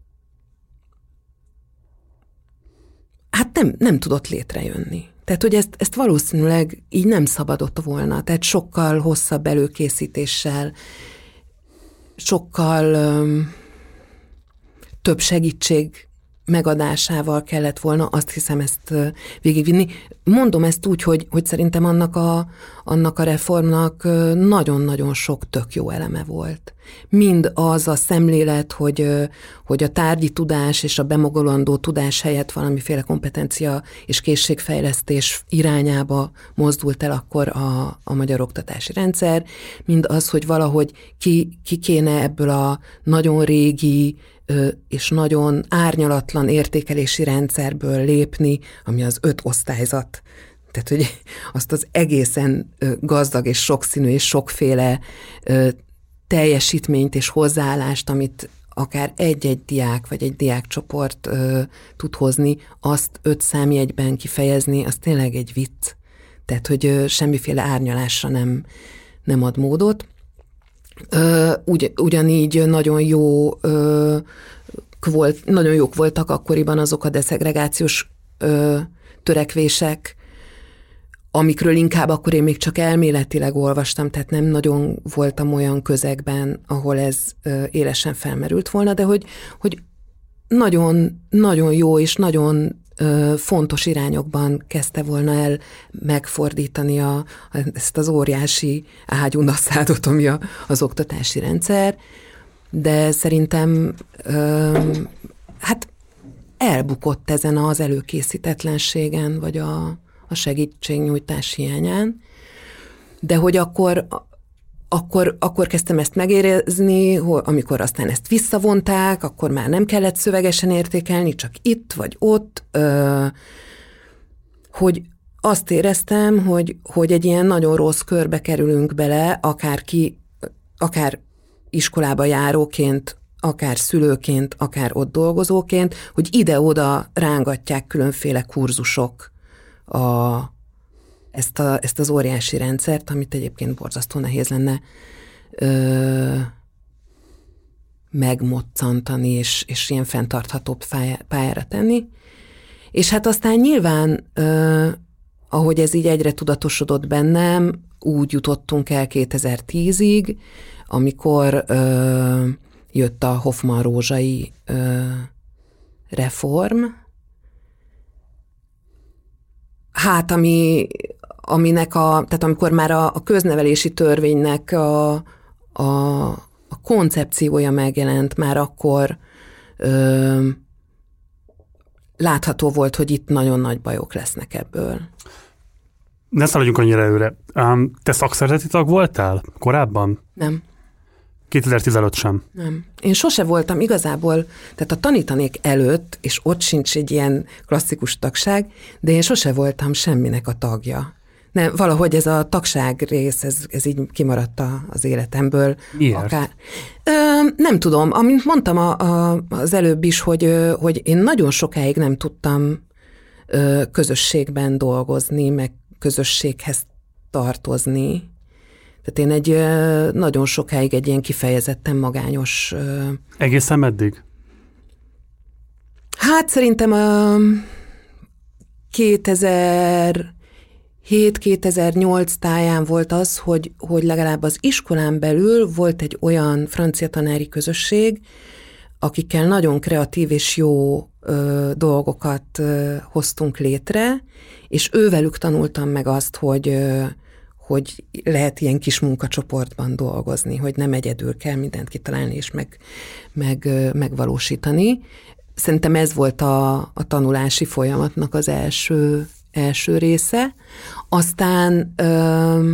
hát nem, nem tudott létrejönni. Tehát, hogy ezt, ezt valószínűleg így nem szabadott volna, tehát sokkal hosszabb előkészítéssel, sokkal öm, több segítség megadásával kellett volna, azt hiszem ezt végigvinni. Mondom ezt úgy, hogy, hogy szerintem annak a, annak a reformnak nagyon-nagyon sok tök jó eleme volt. Mind az a szemlélet, hogy, hogy a tárgyi tudás és a bemogolandó tudás helyett valamiféle kompetencia és készségfejlesztés irányába mozdult el akkor a, a magyar oktatási rendszer, mind az, hogy valahogy ki, ki kéne ebből a nagyon régi és nagyon árnyalatlan értékelési rendszerből lépni, ami az öt osztályzat. Tehát, hogy azt az egészen gazdag és sokszínű és sokféle teljesítményt és hozzáállást, amit akár egy-egy diák vagy egy diákcsoport tud hozni, azt öt számjegyben kifejezni, az tényleg egy vicc. Tehát, hogy semmiféle árnyalásra nem, nem ad módot. Ugy, ugyanígy nagyon jó ö, volt, nagyon jók voltak akkoriban azok a deszegregációs ö, törekvések, amikről inkább akkor én még csak elméletileg olvastam, tehát nem nagyon voltam olyan közegben, ahol ez ö, élesen felmerült volna, de hogy, hogy nagyon, nagyon jó és nagyon ö, fontos irányokban kezdte volna el megfordítani a, ezt az óriási ágyunaszádot, ami a, az oktatási rendszer, de szerintem ö, hát elbukott ezen az előkészítetlenségen, vagy a, a segítségnyújtás hiányán, de hogy akkor, akkor, akkor kezdtem ezt megérezni, amikor aztán ezt visszavonták, akkor már nem kellett szövegesen értékelni, csak itt vagy ott, ö, hogy azt éreztem, hogy, hogy egy ilyen nagyon rossz körbe kerülünk bele, akár ki, akár iskolába járóként, akár szülőként, akár ott dolgozóként, hogy ide-oda rángatják különféle kurzusok a, ezt, a, ezt az óriási rendszert, amit egyébként borzasztó nehéz lenne ö, megmoccantani, és, és ilyen fenntarthatóbb pályára tenni. És hát aztán nyilván, ö, ahogy ez így egyre tudatosodott bennem, úgy jutottunk el kétezer-tízig, amikor ö, jött a Hoffmann-Rózsai ö, reform. Hát, ami, aminek a, tehát amikor már a, a köznevelési törvénynek a, a, a koncepciója megjelent, már akkor ö, látható volt, hogy itt nagyon nagy bajok lesznek ebből. Ne szaladjunk annyira előre. Um, te szakszervezeti tag voltál korábban? Nem. kétezer-tizenöt sem. Nem. Én sose voltam igazából, tehát a tanítanék előtt, és ott sincs egy ilyen klasszikus tagság, de én sose voltam semminek a tagja. Nem, valahogy ez a tagság rész, ez, ez így kimaradt az életemből. Miért? Akár. Ö, nem tudom, amint mondtam a, a, az előbb is, hogy, hogy én nagyon sokáig nem tudtam ö, közösségben dolgozni, meg közösséghez tartozni. Tehát én egy nagyon sokáig egy ilyen kifejezetten magányos... Egészen meddig? Hát szerintem a kétezer-hét kétezer-nyolc táján volt az, hogy, hogy legalább az iskolán belül volt egy olyan francia tanári közösség, akikkel nagyon kreatív és jó ö, dolgokat ö, hoztunk létre, és ővelük tanultam meg azt, hogy... Ö, hogy lehet ilyen kis munkacsoportban dolgozni, hogy nem egyedül kell mindent kitalálni és meg, meg, megvalósítani. Szerintem ez volt a, a tanulási folyamatnak az első, első része. Aztán ö,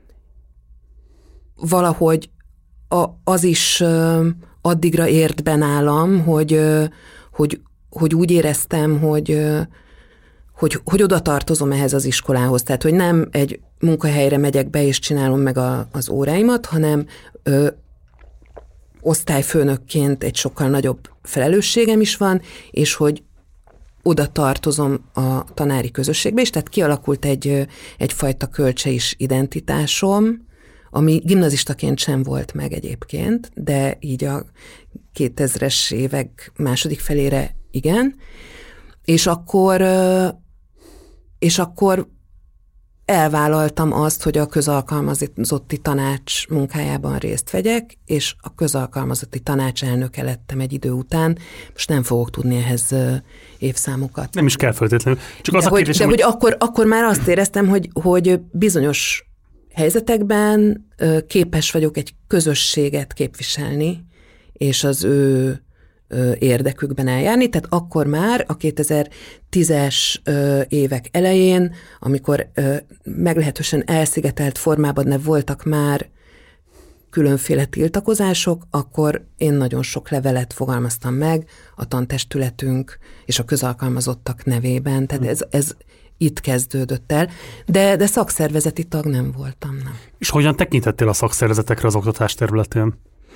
valahogy a, az is ö, addigra ért be nálam, hogy, ö, hogy, hogy úgy éreztem, hogy ö, Hogy, hogy oda tartozom ehhez az iskolához. Tehát, hogy nem egy munkahelyre megyek be és csinálom meg a, az óráimat, hanem ö, osztályfőnökként egy sokkal nagyobb felelősségem is van, és hogy oda tartozom a tanári közösségbe, és tehát kialakult egy, egyfajta kölcsei identitásom, ami gimnazistaként sem volt meg egyébként, de így a kétezres évek második felére igen, és akkor és akkor elvállaltam azt, hogy a közalkalmazotti tanács munkájában részt vegyek, és a közalkalmazotti tanács elnöke lettem egy idő után. Most nem fogok tudni ehhez évszámokat. Nem is kell feltétlenül. Csak az de a hogy, kérdésem, de hogy... hogy akkor, akkor már azt éreztem, hogy, hogy bizonyos helyzetekben képes vagyok egy közösséget képviselni, és az ő érdekükben eljárni, tehát akkor már a kétezer-tízes évek elején, amikor meglehetősen elszigetelt formában ne voltak már különféle tiltakozások, akkor én nagyon sok levelet fogalmaztam meg a tantestületünk és a közalkalmazottak nevében, tehát ez, ez itt kezdődött el, de, de szakszervezeti tag nem voltam. Nem. És hogyan tekintettél a szakszervezetekre az oktatás területén?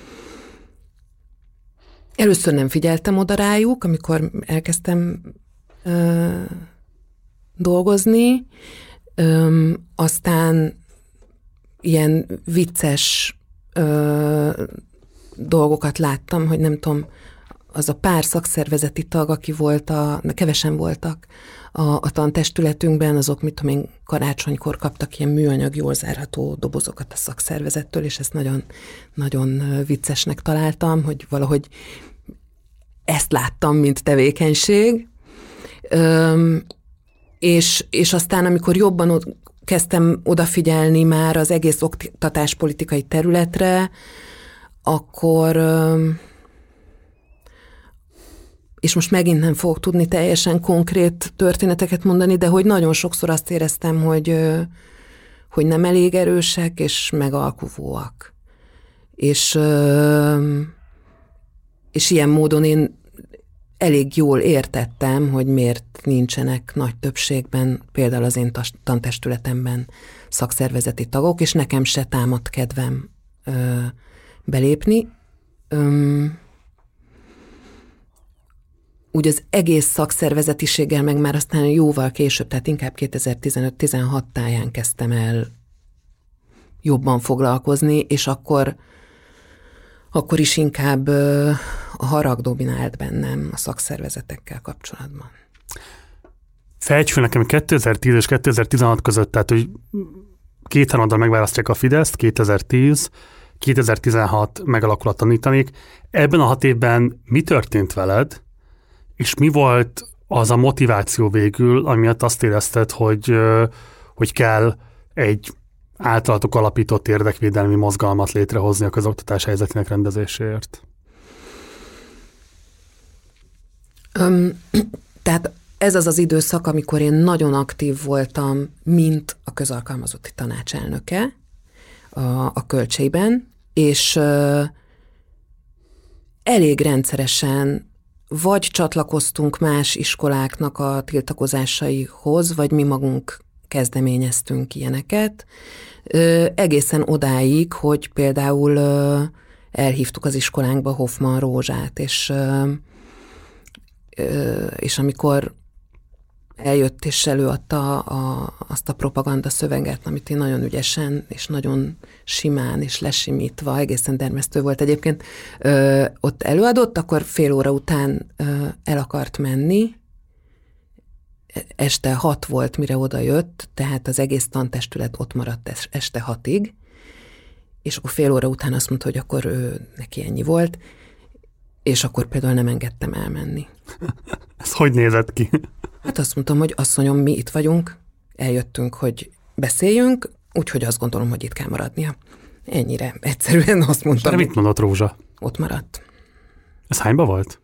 Először nem figyeltem oda rájuk, amikor elkezdtem ö, dolgozni, ö, aztán ilyen vicces ö, dolgokat láttam, hogy nem tudom, az a pár szakszervezeti tag, aki volt, a, kevesen voltak a, a tantestületünkben, azok, mit tudom én, karácsonykor kaptak ilyen műanyag, jól zárható dobozokat a szakszervezettől, és ezt nagyon, nagyon viccesnek találtam, hogy valahogy ezt láttam, mint tevékenység, Öm, és, és aztán, amikor jobban kezdtem odafigyelni már az egész oktatáspolitikai területre, akkor, és most megint nem fogok tudni teljesen konkrét történeteket mondani, de hogy nagyon sokszor azt éreztem, hogy, hogy nem elég erősek, és megalkuvóak. És, és ilyen módon én elég jól értettem, hogy miért nincsenek nagy többségben, például az én tantestületemben szakszervezeti tagok, és nekem se támadt kedvem ö, belépni. Öm, úgy az egész szakszervezetiséggel meg már aztán jóval később, tehát inkább kétezer-tizenöt-tizenhat táján kezdtem el jobban foglalkozni, és akkor, akkor is inkább ö, a harag dominált bennem a szakszervezetekkel kapcsolatban. Fejtsd fel nekem kétezer-tíz és kétezer-tizenhat között, tehát hogy két harmaddal megválasztják a Fideszt, kétezer-tíz, kétezer-tizenhat megalakul a Tanítanék. Ebben a hat évben mi történt veled, és mi volt az a motiváció végül, amiatt azt érezted, hogy, hogy kell egy általatok alapított érdekvédelmi mozgalmat létrehozni a közoktatás helyzetének rendezéséért? Um, tehát ez az az időszak, amikor én nagyon aktív voltam, mint a közalkalmazotti tanácselnöke a, a Kölcseiben, és uh, elég rendszeresen vagy csatlakoztunk más iskoláknak a tiltakozásaihoz, vagy mi magunk kezdeményeztünk ilyeneket, uh, egészen odáig, hogy például uh, elhívtuk az iskolánkba Hoffman Rózsát, és, uh, uh, és amikor eljött és előadta a, azt a propaganda szöveget, amit én nagyon ügyesen és nagyon simán és lesimítva, egészen dermesztő volt egyébként, ö, ott előadott, akkor fél óra után ö, el akart menni, este hat volt, mire oda jött, tehát az egész tantestület ott maradt este hatig, és akkor fél óra után azt mondta, hogy akkor ő, neki ennyi volt, és akkor például nem engedtem elmenni. Ez hogy nézett ki? Hát azt mondtam, hogy asszonyom, mi itt vagyunk, eljöttünk, hogy beszéljünk, úgyhogy azt gondolom, hogy itt kell maradnia. Ennyire egyszerűen azt mondtam. De mit mondott Rózsa? Ott maradt. Ez hányba volt?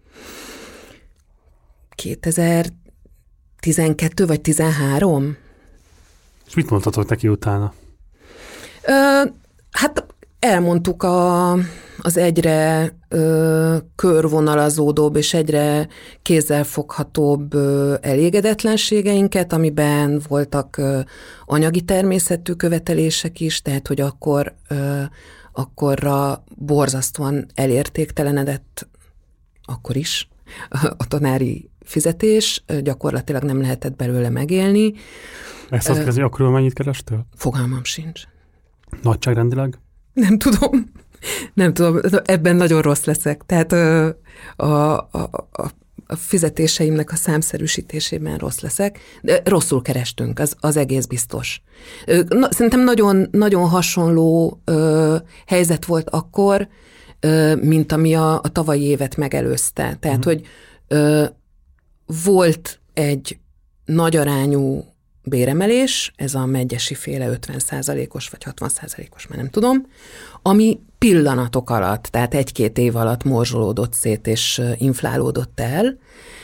kétezer-tizenkettő vagy tizenhárom. És mit mondhatott neki utána? Ö, hát elmondtuk a, az egyre ö, körvonalazódóbb és egyre kézzelfoghatóbb ö, elégedetlenségeinket, amiben voltak ö, anyagi természetű követelések is, tehát hogy akkor ö, akkorra borzasztóan elértéktelenedett akkor is a tanári fizetés, gyakorlatilag nem lehetett belőle megélni. Ezt azt kezdeni, akkor mennyit kerestél? Fogalmam sincs. Nagyságrendileg? Nem tudom. Nem tudom, ebben nagyon rossz leszek. Tehát a, a, a, a fizetéseimnek a számszerűsítésében rossz leszek. De rosszul kerestünk, az, az egész biztos. Na, szerintem nagyon, nagyon hasonló ö, helyzet volt akkor, ö, mint ami a, a tavalyi évet megelőzte. Tehát, uh-huh. hogy ö, volt egy nagy arányú béremelés, ez a Medgyessy féle ötven százalékos vagy hatvan százalékos, már nem tudom, ami pillanatok alatt, tehát egy-két év alatt morzsolódott szét és inflálódott el,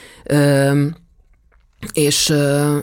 és,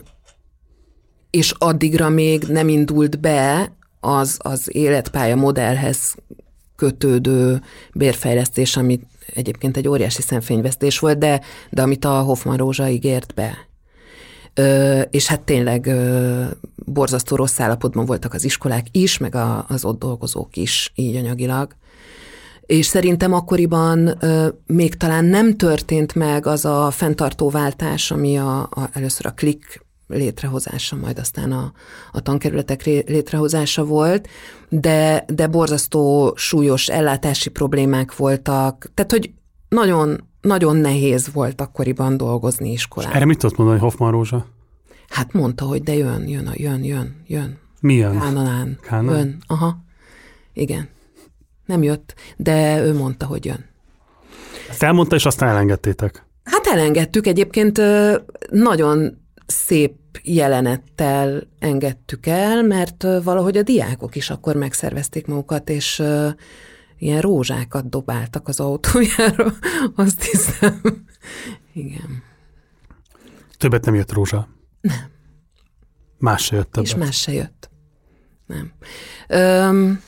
és addigra még nem indult be az, az életpálya modellhez kötődő bérfejlesztés, ami egyébként egy óriási szemfényvesztés volt, de, de amit a Hoffman Rózsa ígért be. Ö, és hát tényleg ö, borzasztó rossz állapotban voltak az iskolák is, meg a, az ott dolgozók is, így anyagilag. És szerintem akkoriban ö, még talán nem történt meg az a fenntartóváltás, ami a, a, először a klik létrehozása, majd aztán a, a tankerületek létrehozása volt, de, de borzasztó súlyos ellátási problémák voltak, tehát hogy nagyon Nagyon nehéz volt akkoriban dolgozni iskolán. Erre mit tudott mondani Hoffman Rózsa? Hát mondta, hogy de jön, jön, jön, jön, jön. Mi jön? Kánonán. Kánonán? Jön, aha. Igen. Nem jött, de ő mondta, hogy jön. Ezt elmondta, és aztán elengedtétek. Hát elengedtük, egyébként nagyon szép jelenettel engedtük el, mert valahogy a diákok is akkor megszervezték magukat, és ilyen rózsákat dobáltak az autójára, azt hiszem. Igen. Többet nem jött rózsa? Nem. Más se jött többet? És más se jött. Nem. Öm,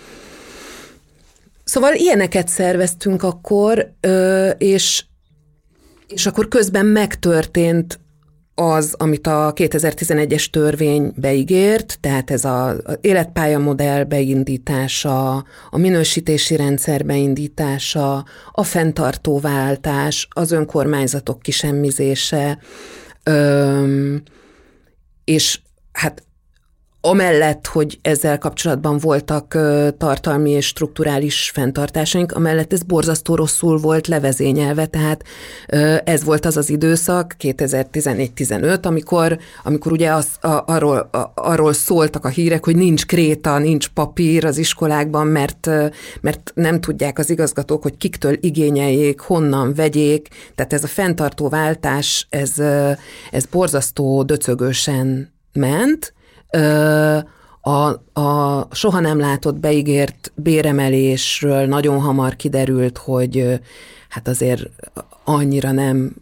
szóval ilyeneket szerveztünk akkor, ö, és, és akkor közben megtörtént az, amit a kétezer-tizenegyes törvény beígért, tehát ez az életpályamodell beindítása, a minősítési rendszer beindítása, a fenntartóváltás, az önkormányzatok kisemmizése, öm, és hát amellett, hogy ezzel kapcsolatban voltak tartalmi és strukturális fenntartásaink, amellett ez borzasztó rosszul volt levezényelve, tehát ez volt az az időszak, kétezer-tizennégy-tizenöt, amikor, amikor ugye az, a, arról, a, arról szóltak a hírek, hogy nincs kréta, nincs papír az iskolákban, mert, mert nem tudják az igazgatók, hogy kiktől igényeljék, honnan vegyék, tehát ez a fenntartó váltás, ez, ez borzasztó döcögősen ment. A, a soha nem látott beígért béremelésről nagyon hamar kiderült, hogy hát azért annyira nem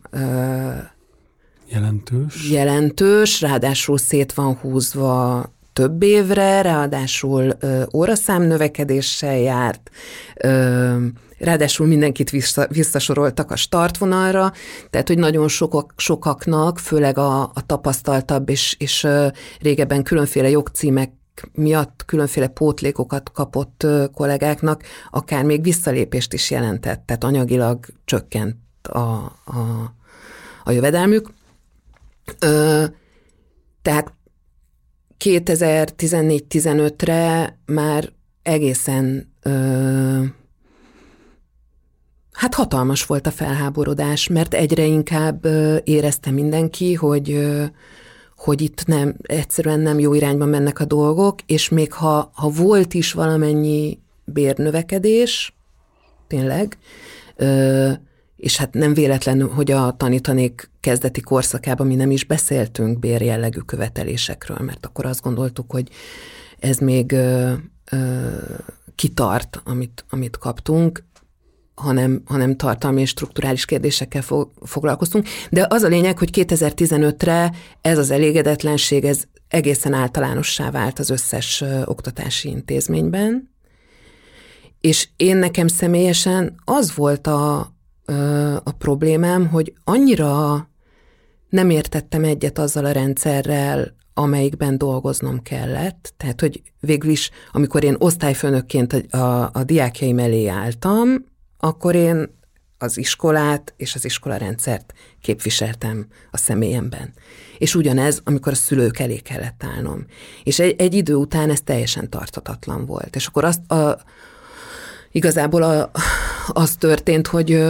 jelentős. jelentős, ráadásul szét van húzva több évre, ráadásul óraszám növekedéssel járt, ráadásul mindenkit vissza, visszasoroltak a startvonalra, tehát hogy nagyon sokak, sokaknak, főleg a, a tapasztaltabb és, és régebben különféle jogcímek miatt különféle pótlékokat kapott kollégáknak, akár még visszalépést is jelentett, tehát anyagilag csökkent a, a, a jövedelmük. Ö, tehát kétezer-tizennégy-tizenötre már egészen ö, hát hatalmas volt a felháborodás, mert egyre inkább érezte mindenki, hogy, hogy itt nem, egyszerűen nem jó irányba mennek a dolgok, és még ha, ha volt is valamennyi bérnövekedés, tényleg, és hát nem véletlen, hogy a tanítanék kezdeti korszakában mi nem is beszéltünk bérjellegű követelésekről, mert akkor azt gondoltuk, hogy ez még kitart, amit, amit kaptunk, hanem, hanem tartalmi és strukturális kérdésekkel fog, foglalkoztunk. De az a lényeg, hogy kétezer-tizenötre ez az elégedetlenség, ez egészen általánossá vált az összes ö, oktatási intézményben, és én nekem személyesen az volt a, ö, a problémám, hogy annyira nem értettem egyet azzal a rendszerrel, amelyikben dolgoznom kellett. Tehát, hogy végül is, amikor én osztályfőnökként a, a, a diákjaim elé álltam, akkor én az iskolát és az iskolarendszert képviseltem a személyemben. És ugyanez, amikor a szülők elé kellett állnom. És egy, egy idő után ez teljesen tarthatatlan volt. És akkor azt, a, igazából a, az történt, hogy,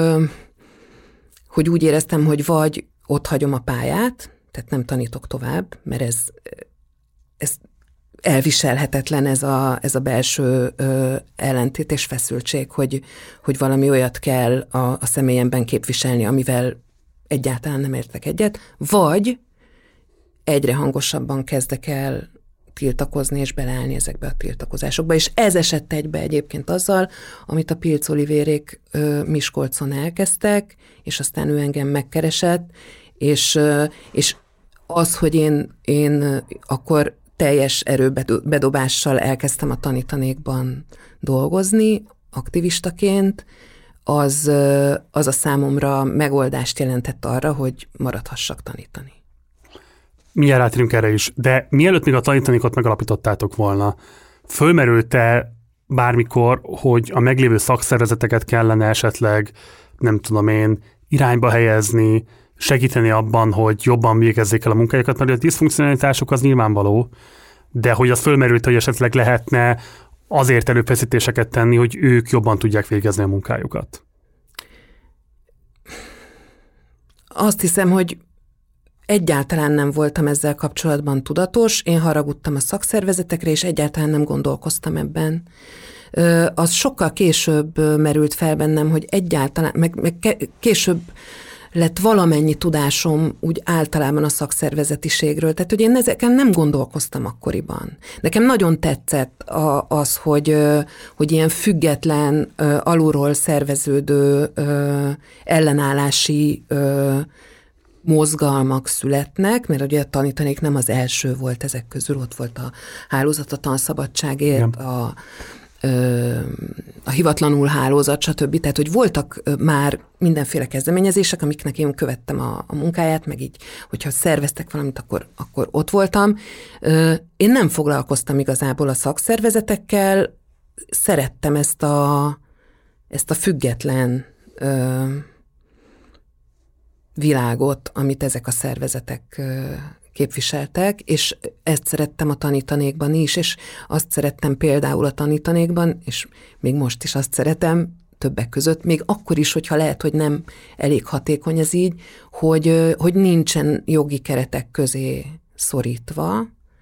hogy úgy éreztem, hogy vagy ott hagyom a pályát, tehát nem tanítok tovább, mert ez, ez elviselhetetlen ez a, ez a belső ö, ellentét és feszültség, hogy, hogy valami olyat kell a, a személyemben képviselni, amivel egyáltalán nem értek egyet, vagy egyre hangosabban kezdek el tiltakozni és beleállni ezekbe a tiltakozásokba, és ez esett egybe egyébként azzal, amit a Pilc Olivérék ö, Miskolcon elkezdtek, és aztán ő engem megkeresett, és, ö, és az, hogy én, én akkor teljes erőbedobással elkezdtem a tanítanékban dolgozni, aktivistaként, az, az a számomra megoldást jelentett arra, hogy maradhassak tanítani. Mindjárt rátérünk erre is, de mielőtt még a tanítanékot megalapítottátok volna, fölmerült-e bármikor, hogy a meglévő szakszervezeteket kellene esetleg, nem tudom én, irányba helyezni, segíteni abban, hogy jobban végezzék el a munkájukat, mert a diszfunkcionalitásuk az nyilvánvaló, de hogy az fölmerült, hogy esetleg lehetne azért erőfeszítéseket tenni, hogy ők jobban tudják végezni a munkájukat. Azt hiszem, hogy egyáltalán nem voltam ezzel kapcsolatban tudatos, én haragudtam a szakszervezetekre, és egyáltalán nem gondolkoztam ebben. az sokkal később merült fel bennem, hogy egyáltalán, meg, meg később lett valamennyi tudásom úgy általában a szakszervezetiségről. Tehát, hogy én ezeken nem gondolkoztam akkoriban. Nekem nagyon tetszett az, hogy, hogy ilyen független, alulról szerveződő ellenállási mozgalmak születnek, mert ugye a Tanítanék nem az első volt ezek közül, ott volt a Hálózat a tanszabadságért, a, a hivatlanul hálózat, stb. Tehát, hogy voltak már mindenféle kezdeményezések, amiknek én követtem a, a munkáját, meg így, hogyha szerveztek valamit, akkor, akkor ott voltam. Én nem foglalkoztam igazából a szakszervezetekkel, szerettem ezt a, ezt a független világot, amit ezek a szervezetek képviseltek, és ezt szerettem a Tanítanékban is, és azt szerettem például a Tanítanékban, és még most is azt szeretem többek között, még akkor is, hogyha lehet, hogy nem elég hatékony ez így, hogy, hogy nincsen jogi keretek közé szorítva.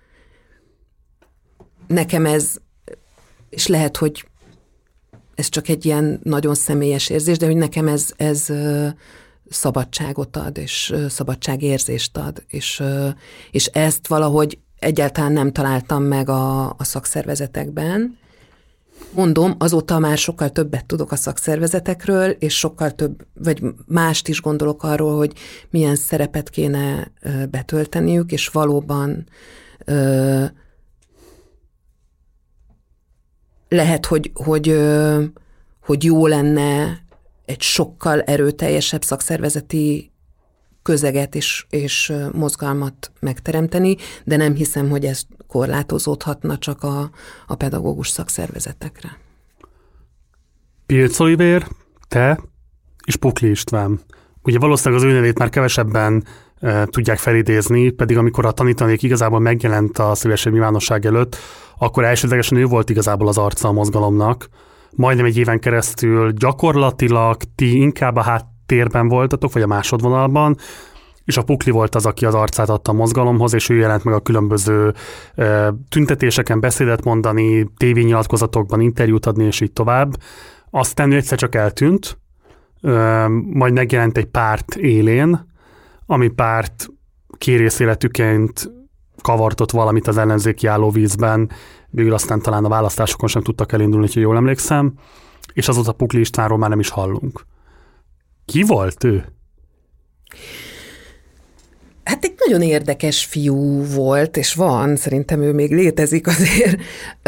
Nekem ez, és lehet, hogy ez csak egy ilyen nagyon személyes érzés, de hogy nekem ez, ez szabadságot ad, és szabadságérzést ad, és, és ezt valahogy egyáltalán nem találtam meg a, a szakszervezetekben. Mondom, azóta már sokkal többet tudok a szakszervezetekről, és sokkal több, vagy mást is gondolok arról, hogy milyen szerepet kéne betölteniük, és valóban lehet, hogy, hogy, hogy jó lenne egy sokkal erőteljesebb szakszervezeti közeget és, és mozgalmat megteremteni, de nem hiszem, hogy ez korlátozódhatna csak a, a pedagógus szakszervezetekre. Pilc Olivér, te és Pukli István. Ugye valószínűleg az ő nevét már kevesebben e, tudják felidézni, pedig amikor a Tanítanék igazából megjelent a szélesebb nyilvánosság előtt, akkor elsődlegesen ő volt igazából az arca a mozgalomnak. Majdnem egy éven keresztül gyakorlatilag ti inkább a háttérben voltatok, vagy a másodvonalban, és a Pukli volt az, aki az arcát adta a mozgalomhoz, és ő jelent meg a különböző e, tüntetéseken beszédet mondani, tévényilatkozatokban interjút adni, és így tovább. Aztán ő egyszer csak eltűnt, e, majd megjelent egy párt élén, ami párt kérészéletüként kavartott valamit az ellenzéki állóvízben, végül aztán talán a választásokon sem tudtak elindulni, ha jól emlékszem, és azóta Pukli Istvánról már nem is hallunk. Ki volt ő? Hát egy nagyon érdekes fiú volt, és van, szerintem ő még létezik azért.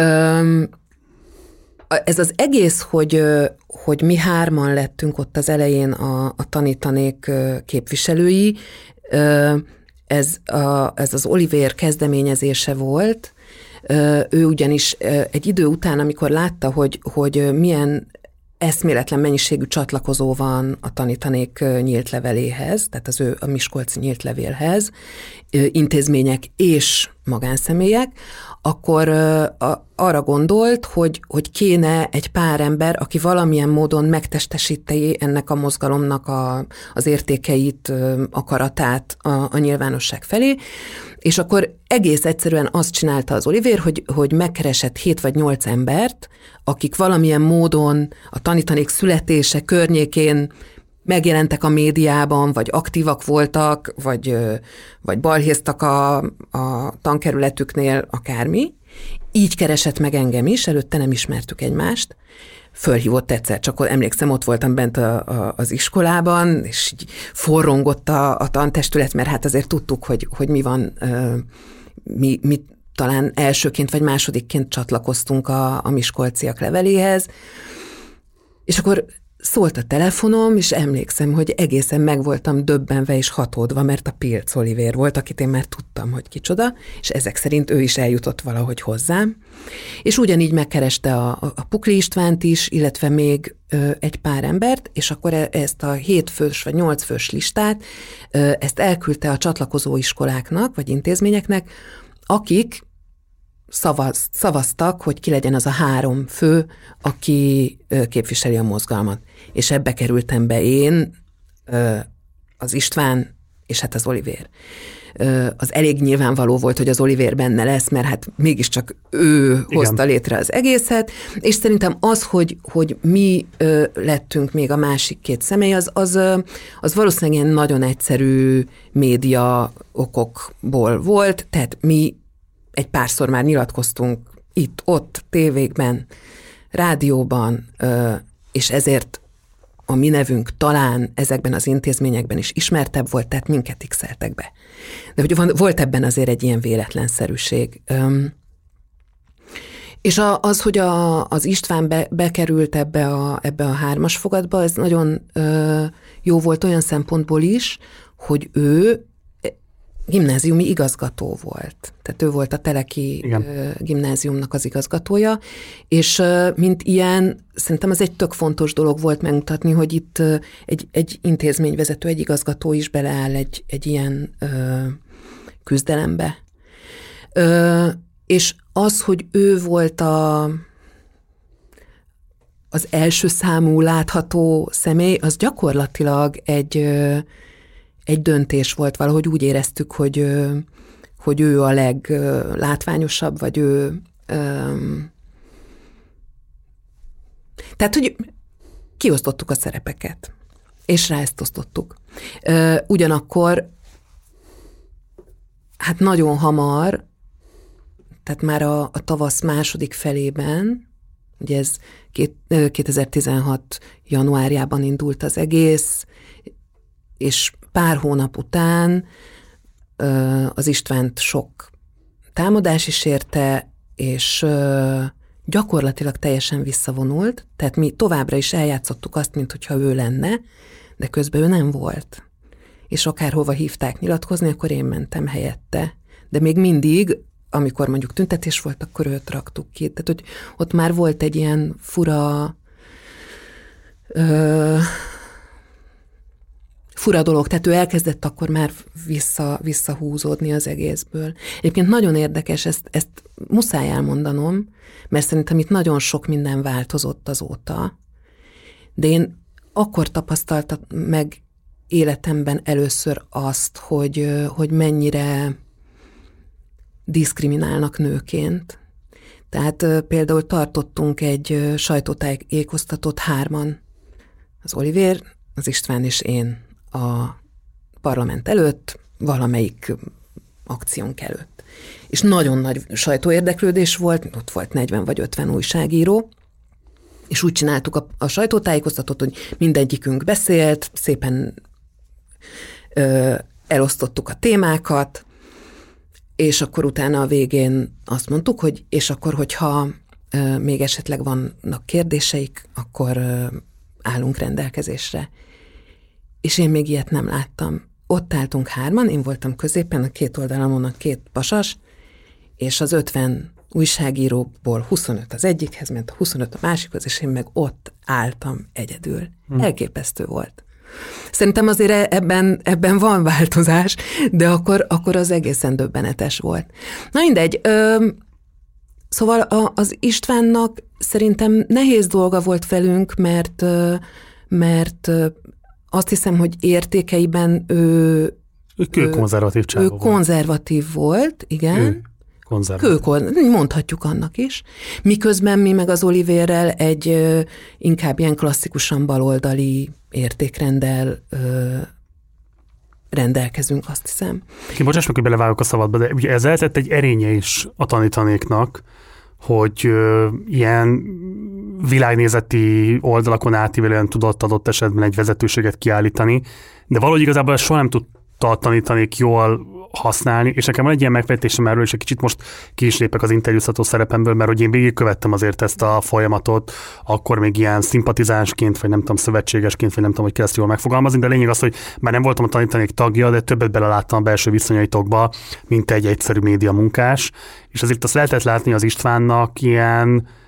Ez az egész, hogy, hogy mi hárman lettünk ott az elején a, a Tanítanék képviselői, ez, a, ez az Olivér kezdeményezése volt. Ő ugyanis egy idő után, amikor látta, hogy, hogy milyen eszméletlen mennyiségű csatlakozó van a Tanítanék nyílt leveléhez, tehát az ő a miskolci nyílt levélhez, intézmények és magánszemélyek, akkor arra gondolt, hogy, hogy kéne egy pár ember, aki valamilyen módon megtestesíti ennek a mozgalomnak a, az értékeit, akaratát a, a nyilvánosság felé, és akkor egész egyszerűen azt csinálta az Olivér, hogy, hogy megkeresett hét vagy nyolc embert, akik valamilyen módon a Tanítanék születése környékén megjelentek a médiában, vagy aktívak voltak, vagy, vagy balhéztak a, a tankerületüknél, akármi. Így keresett meg engem is, előtte nem ismertük egymást. Fölhívott egyszer, csak emlékszem, ott voltam bent a, a, az iskolában, és így forrongott a, a tantestület, mert hát azért tudtuk, hogy, hogy mi van, mi, mi talán elsőként vagy másodikként csatlakoztunk a, a miskolciak leveléhez. És akkor szólt a telefonom, és emlékszem, hogy egészen meg voltam döbbenve és hatódva, mert a Pilc Olivér volt, akit én már tudtam, hogy kicsoda, és ezek szerint ő is eljutott valahogy hozzám. És ugyanígy megkereste a, a Pukli Istvánt is, illetve még ö, egy pár embert, és akkor ezt a hétfős vagy nyolcfős listát, ö, ezt elküldte a csatlakozó iskoláknak, vagy intézményeknek, akik Szavaz, szavaztak, hogy ki legyen az a három fő, aki képviseli a mozgalmat. És ebbe kerültem be én, az István és hát az Olivér. Az elég nyilvánvaló volt, hogy az Olivér benne lesz, mert hát mégiscsak ő Igen. hozta létre az egészet, és szerintem az, hogy, hogy mi lettünk még a másik két személy, az, az, az valószínűleg ilyen nagyon egyszerű média okokból volt, tehát mi egy párszor már nyilatkoztunk itt, ott, tévékben, rádióban, és ezért a mi nevünk talán ezekben az intézményekben is ismertebb volt, tehát minket x-eltek be. De hogy van, volt ebben azért egy ilyen véletlenszerűség. Öm, és a, az, hogy a, az István be, bekerült ebbe a, ebbe a hármas fogatba, ez nagyon ö, jó volt olyan szempontból is, hogy ő gimnáziumi igazgató volt. Tehát ő volt a Teleki Igen. gimnáziumnak az igazgatója, és mint ilyen, szerintem az egy tök fontos dolog volt megmutatni, hogy itt egy, egy intézményvezető, egy igazgató is beleáll egy, egy ilyen ö, küzdelembe. Ö, és az, hogy ő volt a, az első számú látható személy, az gyakorlatilag egy ö, egy döntés volt, valahogy úgy éreztük, hogy, hogy ő a leglátványosabb, vagy ő... Um, tehát, hogy kiosztottuk a szerepeket, és rá ezt osztottuk. Uh, ugyanakkor, hát nagyon hamar, tehát már a, a tavasz második felében, ugye ez kétezer-tizenhat januárjában indult az egész, és pár hónap után az Istvánt sok támadás is érte, és gyakorlatilag teljesen visszavonult, tehát mi továbbra is eljátszottuk azt, mintha ő lenne, de közben ő nem volt. És akárhova hívták nyilatkozni, akkor én mentem helyette. De még mindig, amikor mondjuk tüntetés volt, akkor őt raktuk ki. Tehát, hogy ott már volt egy ilyen fura... Ö, fura dolog, tehát ő elkezdett akkor már vissza, visszahúzódni az egészből. Egyébként nagyon érdekes, ezt, ezt muszáj elmondanom, mert szerintem itt nagyon sok minden változott azóta, de én akkor tapasztaltam meg életemben először azt, hogy, hogy mennyire diszkriminálnak nőként. Tehát például tartottunk egy sajtótájékoztatót hárman, az Olivér, az István és én, a parlament előtt, valamelyik akciónk előtt. És nagyon nagy sajtóérdeklődés volt, ott volt negyven vagy ötven újságíró, és úgy csináltuk a, a sajtótájékoztatót, hogy mindegyikünk beszélt, szépen ö, elosztottuk a témákat, és akkor utána a végén azt mondtuk, hogy és akkor, hogyha ö, még esetleg vannak kérdéseik, akkor ö, állunk rendelkezésre. És én még ilyet nem láttam. Ott álltunk hárman, én voltam középen, a két oldalamon a két pasas, és az ötven újságíróból huszonöt az egyikhez ment, a huszonöt a másikhoz, és én meg ott álltam egyedül. Hmm. Elképesztő volt. Szerintem azért ebben, ebben van változás, de akkor, akkor az egészen döbbenetes volt. Na mindegy, ö, szóval a, az Istvánnak szerintem nehéz dolga volt velünk, mert, mert azt hiszem, hogy értékeiben ő... Ő kőkonzervatív csávó Ő konzervatív volt, igen. Ő konzervatív. Kőkon, mondhatjuk annak is. Miközben mi meg az Olivérrel egy ö, inkább ilyen klasszikusan baloldali értékrenddel ö, rendelkezünk, azt hiszem. Ki, bocsáss meg, hogy belevágok a szabadba, de ugye ez lehetett egy erénye is a tanítanéknak, hogy ö, ilyen világnézeti oldalakon átívelően tudott adott esetben egy vezetőséget kiállítani, de valahogy igazából ezt soha nem tudta tanítanék jól használni, és nekem van egy ilyen megfejtésem erről, és egy kicsit most ki is lépek az interjúztató szerepemből, mert hogy én végigkövettem azért ezt a folyamatot, akkor még ilyen szimpatizánsként, vagy nem tudom, szövetségesként, vagy nem tudom, hogy kell ezt jól megfogalmazni, de a lényeg az, hogy már nem voltam a tanítanék tagja, de többet beleláttam a belső viszonyaitokba, mint egy egyszerű média munkás, és azért azt lehetett látni az Istvánnak ilyen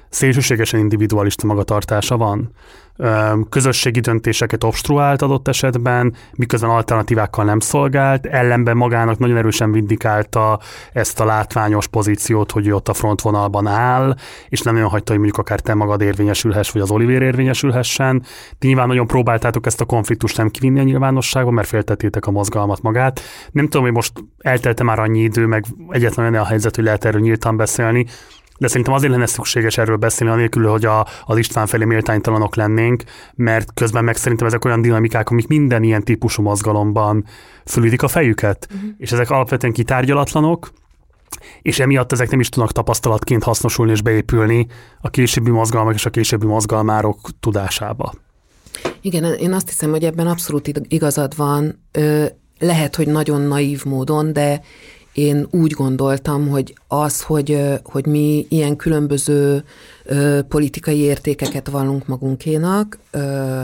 szélsőségesen individualista magatartása van. Közösségi döntéseket obstruált adott esetben, miközben alternatívákkal nem szolgált, ellenben magának nagyon erősen vindikálta ezt a látványos pozíciót, hogy ő ott a frontvonalban áll, és nem olyan hagyta, hogy mondjuk akár te magad érvényesülhess, vagy az Olivér érvényesülhessen. Ti nyilván nagyon próbáltátok ezt a konfliktust nem kivinni a nyilvánosságba, mert féltettétek a mozgalmat magát. Nem tudom, hogy most eltelte már annyi idő, meg egyetlen olyan a helyzet, hogy lehet erről nyíltan beszélni, de szerintem azért lenne szükséges erről beszélni, anélkül, hogy a, az István felé méltánytalanok lennénk, mert közben meg szerintem ezek olyan dinamikák, amik minden ilyen típusú mozgalomban fölütik a fejüket, uh-huh. és ezek alapvetően kitárgyalatlanok, és emiatt ezek nem is tudnak tapasztalatként hasznosulni és beépülni a későbbi mozgalmak és a későbbi mozgalmárok tudásába. Igen, én azt hiszem, hogy ebben abszolút igazad van. Lehet, hogy nagyon naív módon, de én úgy gondoltam, hogy az, hogy, hogy mi ilyen különböző ö, politikai értékeket vallunk magunkénak, ö,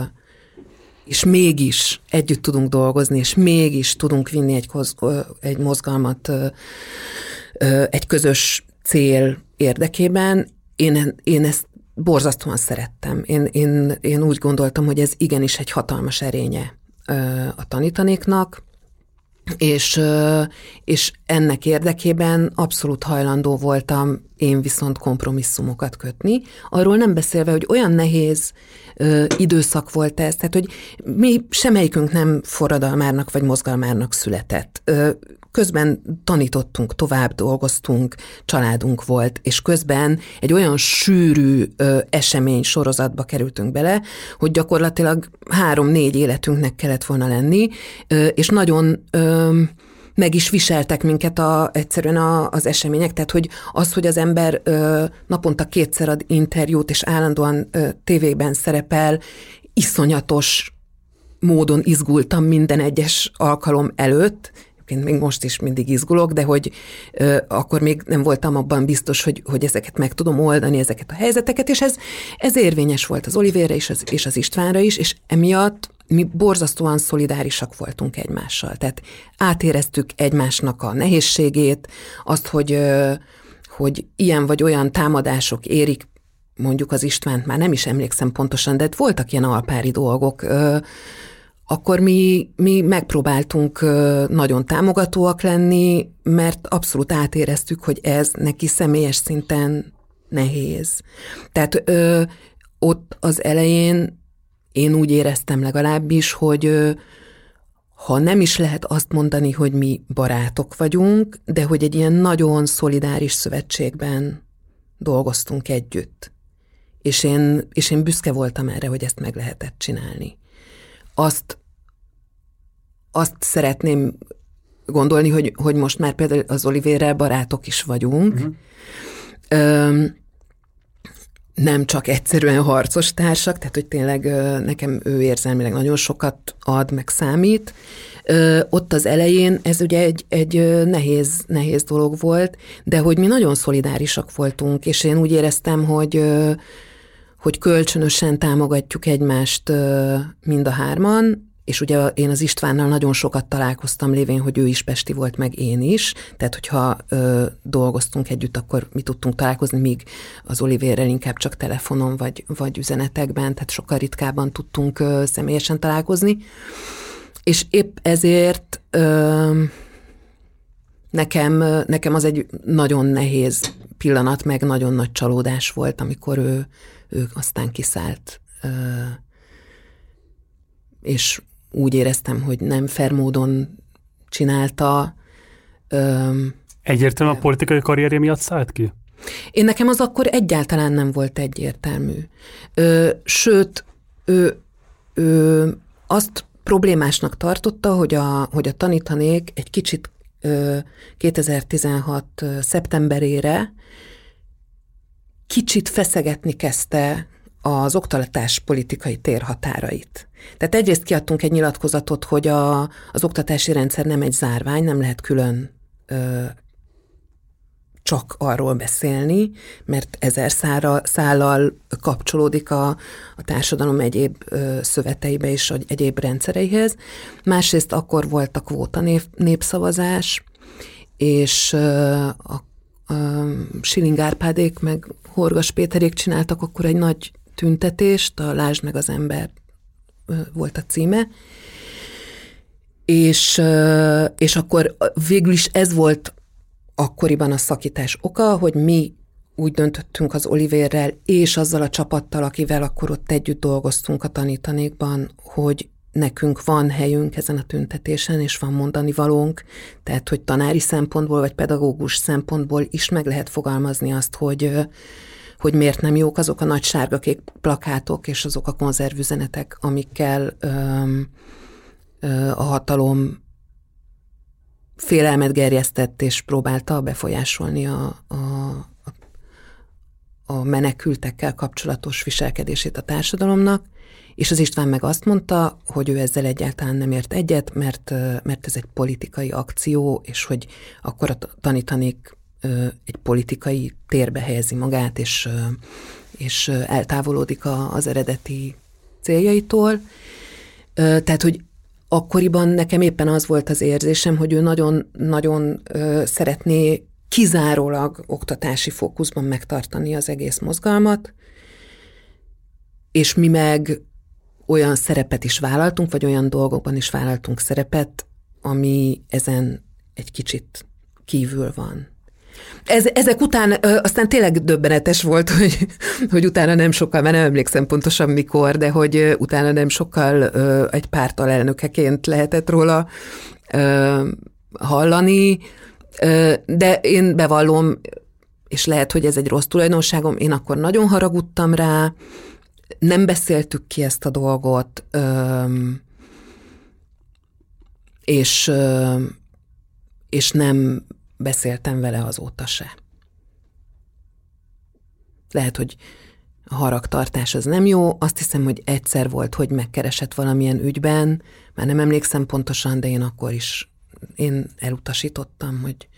és mégis együtt tudunk dolgozni, és mégis tudunk vinni egy, koz, ö, egy mozgalmat ö, ö, egy közös cél érdekében, én, én ezt borzasztóan szerettem. Én, én, én úgy gondoltam, hogy ez igenis egy hatalmas erénye ö, a tanítanéknak, És, és ennek érdekében abszolút hajlandó voltam én viszont kompromisszumokat kötni. Arról nem beszélve, hogy olyan nehéz ö, időszak volt ez, tehát hogy mi semmelyikünk nem forradalmárnak vagy mozgalmárnak született. Ö, közben tanítottunk, tovább dolgoztunk, családunk volt, és közben egy olyan sűrű ö, esemény sorozatba kerültünk bele, hogy gyakorlatilag három-négy életünknek kellett volna lenni, ö, és nagyon ö, meg is viseltek minket a, egyszerűen a, az események, tehát hogy az, hogy az ember ö, naponta kétszer ad interjút, és állandóan ö, tévében szerepel, iszonyatos módon izgultam minden egyes alkalom előtt, még most is mindig izgulok, de hogy ö, akkor még nem voltam abban biztos, hogy, hogy ezeket meg tudom oldani, ezeket a helyzeteket, és ez, ez érvényes volt az Olivérre és az, és az Istvánra is, és emiatt mi borzasztóan szolidárisak voltunk egymással. Tehát átéreztük egymásnak a nehézségét, azt, hogy, ö, hogy ilyen vagy olyan támadások érik, mondjuk az Istvánt, már nem is emlékszem pontosan, de voltak ilyen alpári dolgok, ö, akkor mi, mi megpróbáltunk nagyon támogatóak lenni, mert abszolút átéreztük, hogy ez neki személyes szinten nehéz. Tehát ö, ott az elején én úgy éreztem legalábbis, hogy ö, ha nem is lehet azt mondani, hogy mi barátok vagyunk, de hogy egy ilyen nagyon szolidáris szövetségben dolgoztunk együtt. És én, és én büszke voltam erre, hogy ezt meg lehetett csinálni. Azt, azt szeretném gondolni, hogy, hogy most már például az Olivérrel barátok is vagyunk. Uh-huh. Öm, nem csak egyszerűen harcos társak, tehát hogy tényleg ö, nekem ő érzelmileg nagyon sokat ad, meg számít. Ö, ott az elején ez ugye egy, egy nehéz, nehéz dolog volt, de hogy mi nagyon szolidárisak voltunk, és én úgy éreztem, hogy ö, hogy kölcsönösen támogatjuk egymást mind a hárman, és ugye én az Istvánnal nagyon sokat találkoztam, lévén, hogy ő is pesti volt, meg én is, tehát hogyha ö, dolgoztunk együtt, akkor mi tudtunk találkozni, míg az Olivérrel inkább csak telefonon, vagy, vagy üzenetekben, tehát sokkal ritkábban tudtunk ö, személyesen találkozni, és épp ezért ö, nekem, nekem az egy nagyon nehéz pillanat, meg nagyon nagy csalódás volt, amikor ő ő aztán kiszállt, és úgy éreztem, hogy nem fair módon csinálta. Egyértelműen a politikai karrierje miatt szállt ki? Én nekem az akkor egyáltalán nem volt egyértelmű. Sőt, ő, ő azt problémásnak tartotta, hogy a, hogy a tanítanék egy kicsit kétezer-tizenhat szeptemberére kicsit feszegetni kezdte az oktatás politikai térhatárait. Tehát egyrészt kiadtunk egy nyilatkozatot, hogy a, az oktatási rendszer nem egy zárvány, nem lehet külön ö, csak arról beszélni, mert ezer szára, szállal kapcsolódik a, a társadalom egyéb ö, szöveteibe és egyéb rendszereihez. Másrészt akkor volt a kvóta nép, népszavazás, és ö, a Schilling Árpádék meg Horgas Péterék csináltak akkor egy nagy tüntetést, a Lásd meg az ember volt a címe, és, és akkor végül is ez volt akkoriban a szakítás oka, hogy mi úgy döntöttünk az Olivérrel és azzal a csapattal, akivel akkor ott együtt dolgoztunk a tanítanékban, hogy nekünk van helyünk ezen a tüntetésen, és van mondani valónk, tehát hogy tanári szempontból, vagy pedagógus szempontból is meg lehet fogalmazni azt, hogy, hogy miért nem jók azok a nagy sárgakék plakátok, és azok a konzervüzenetek, amikkel öm, ö, a hatalom félelmet gerjesztett, és próbálta befolyásolni a, a, a menekültekkel kapcsolatos viselkedését a társadalomnak, és az István meg azt mondta, hogy ő ezzel egyáltalán nem ért egyet, mert, mert ez egy politikai akció, és hogy akkor a tanítanék egy politikai térbe helyezi magát, és, és eltávolodik a, az eredeti céljaitól. Tehát, hogy akkoriban nekem éppen az volt az érzésem, hogy ő nagyon-nagyon szeretné kizárólag oktatási fókuszban megtartani az egész mozgalmat, és mi meg olyan szerepet is vállaltunk, vagy olyan dolgokban is vállaltunk szerepet, ami ezen egy kicsit kívül van. Ez, ezek után ö, aztán tényleg döbbenetes volt, hogy, hogy utána nem sokkal, mert nem emlékszem pontosan mikor, de hogy ö, utána nem sokkal ö, egy párt alelnökeként lehetett róla ö, hallani, ö, de én bevallom, és lehet, hogy ez egy rossz tulajdonságom, én akkor nagyon haragudtam rá, nem beszéltük ki ezt a dolgot, ö, és, ö, és nem beszéltem vele azóta se. Lehet, hogy a haragtartás az nem jó, azt hiszem, hogy egyszer volt, hogy megkeresett valamilyen ügyben, már nem emlékszem pontosan, de én akkor is én elutasítottam, hogy,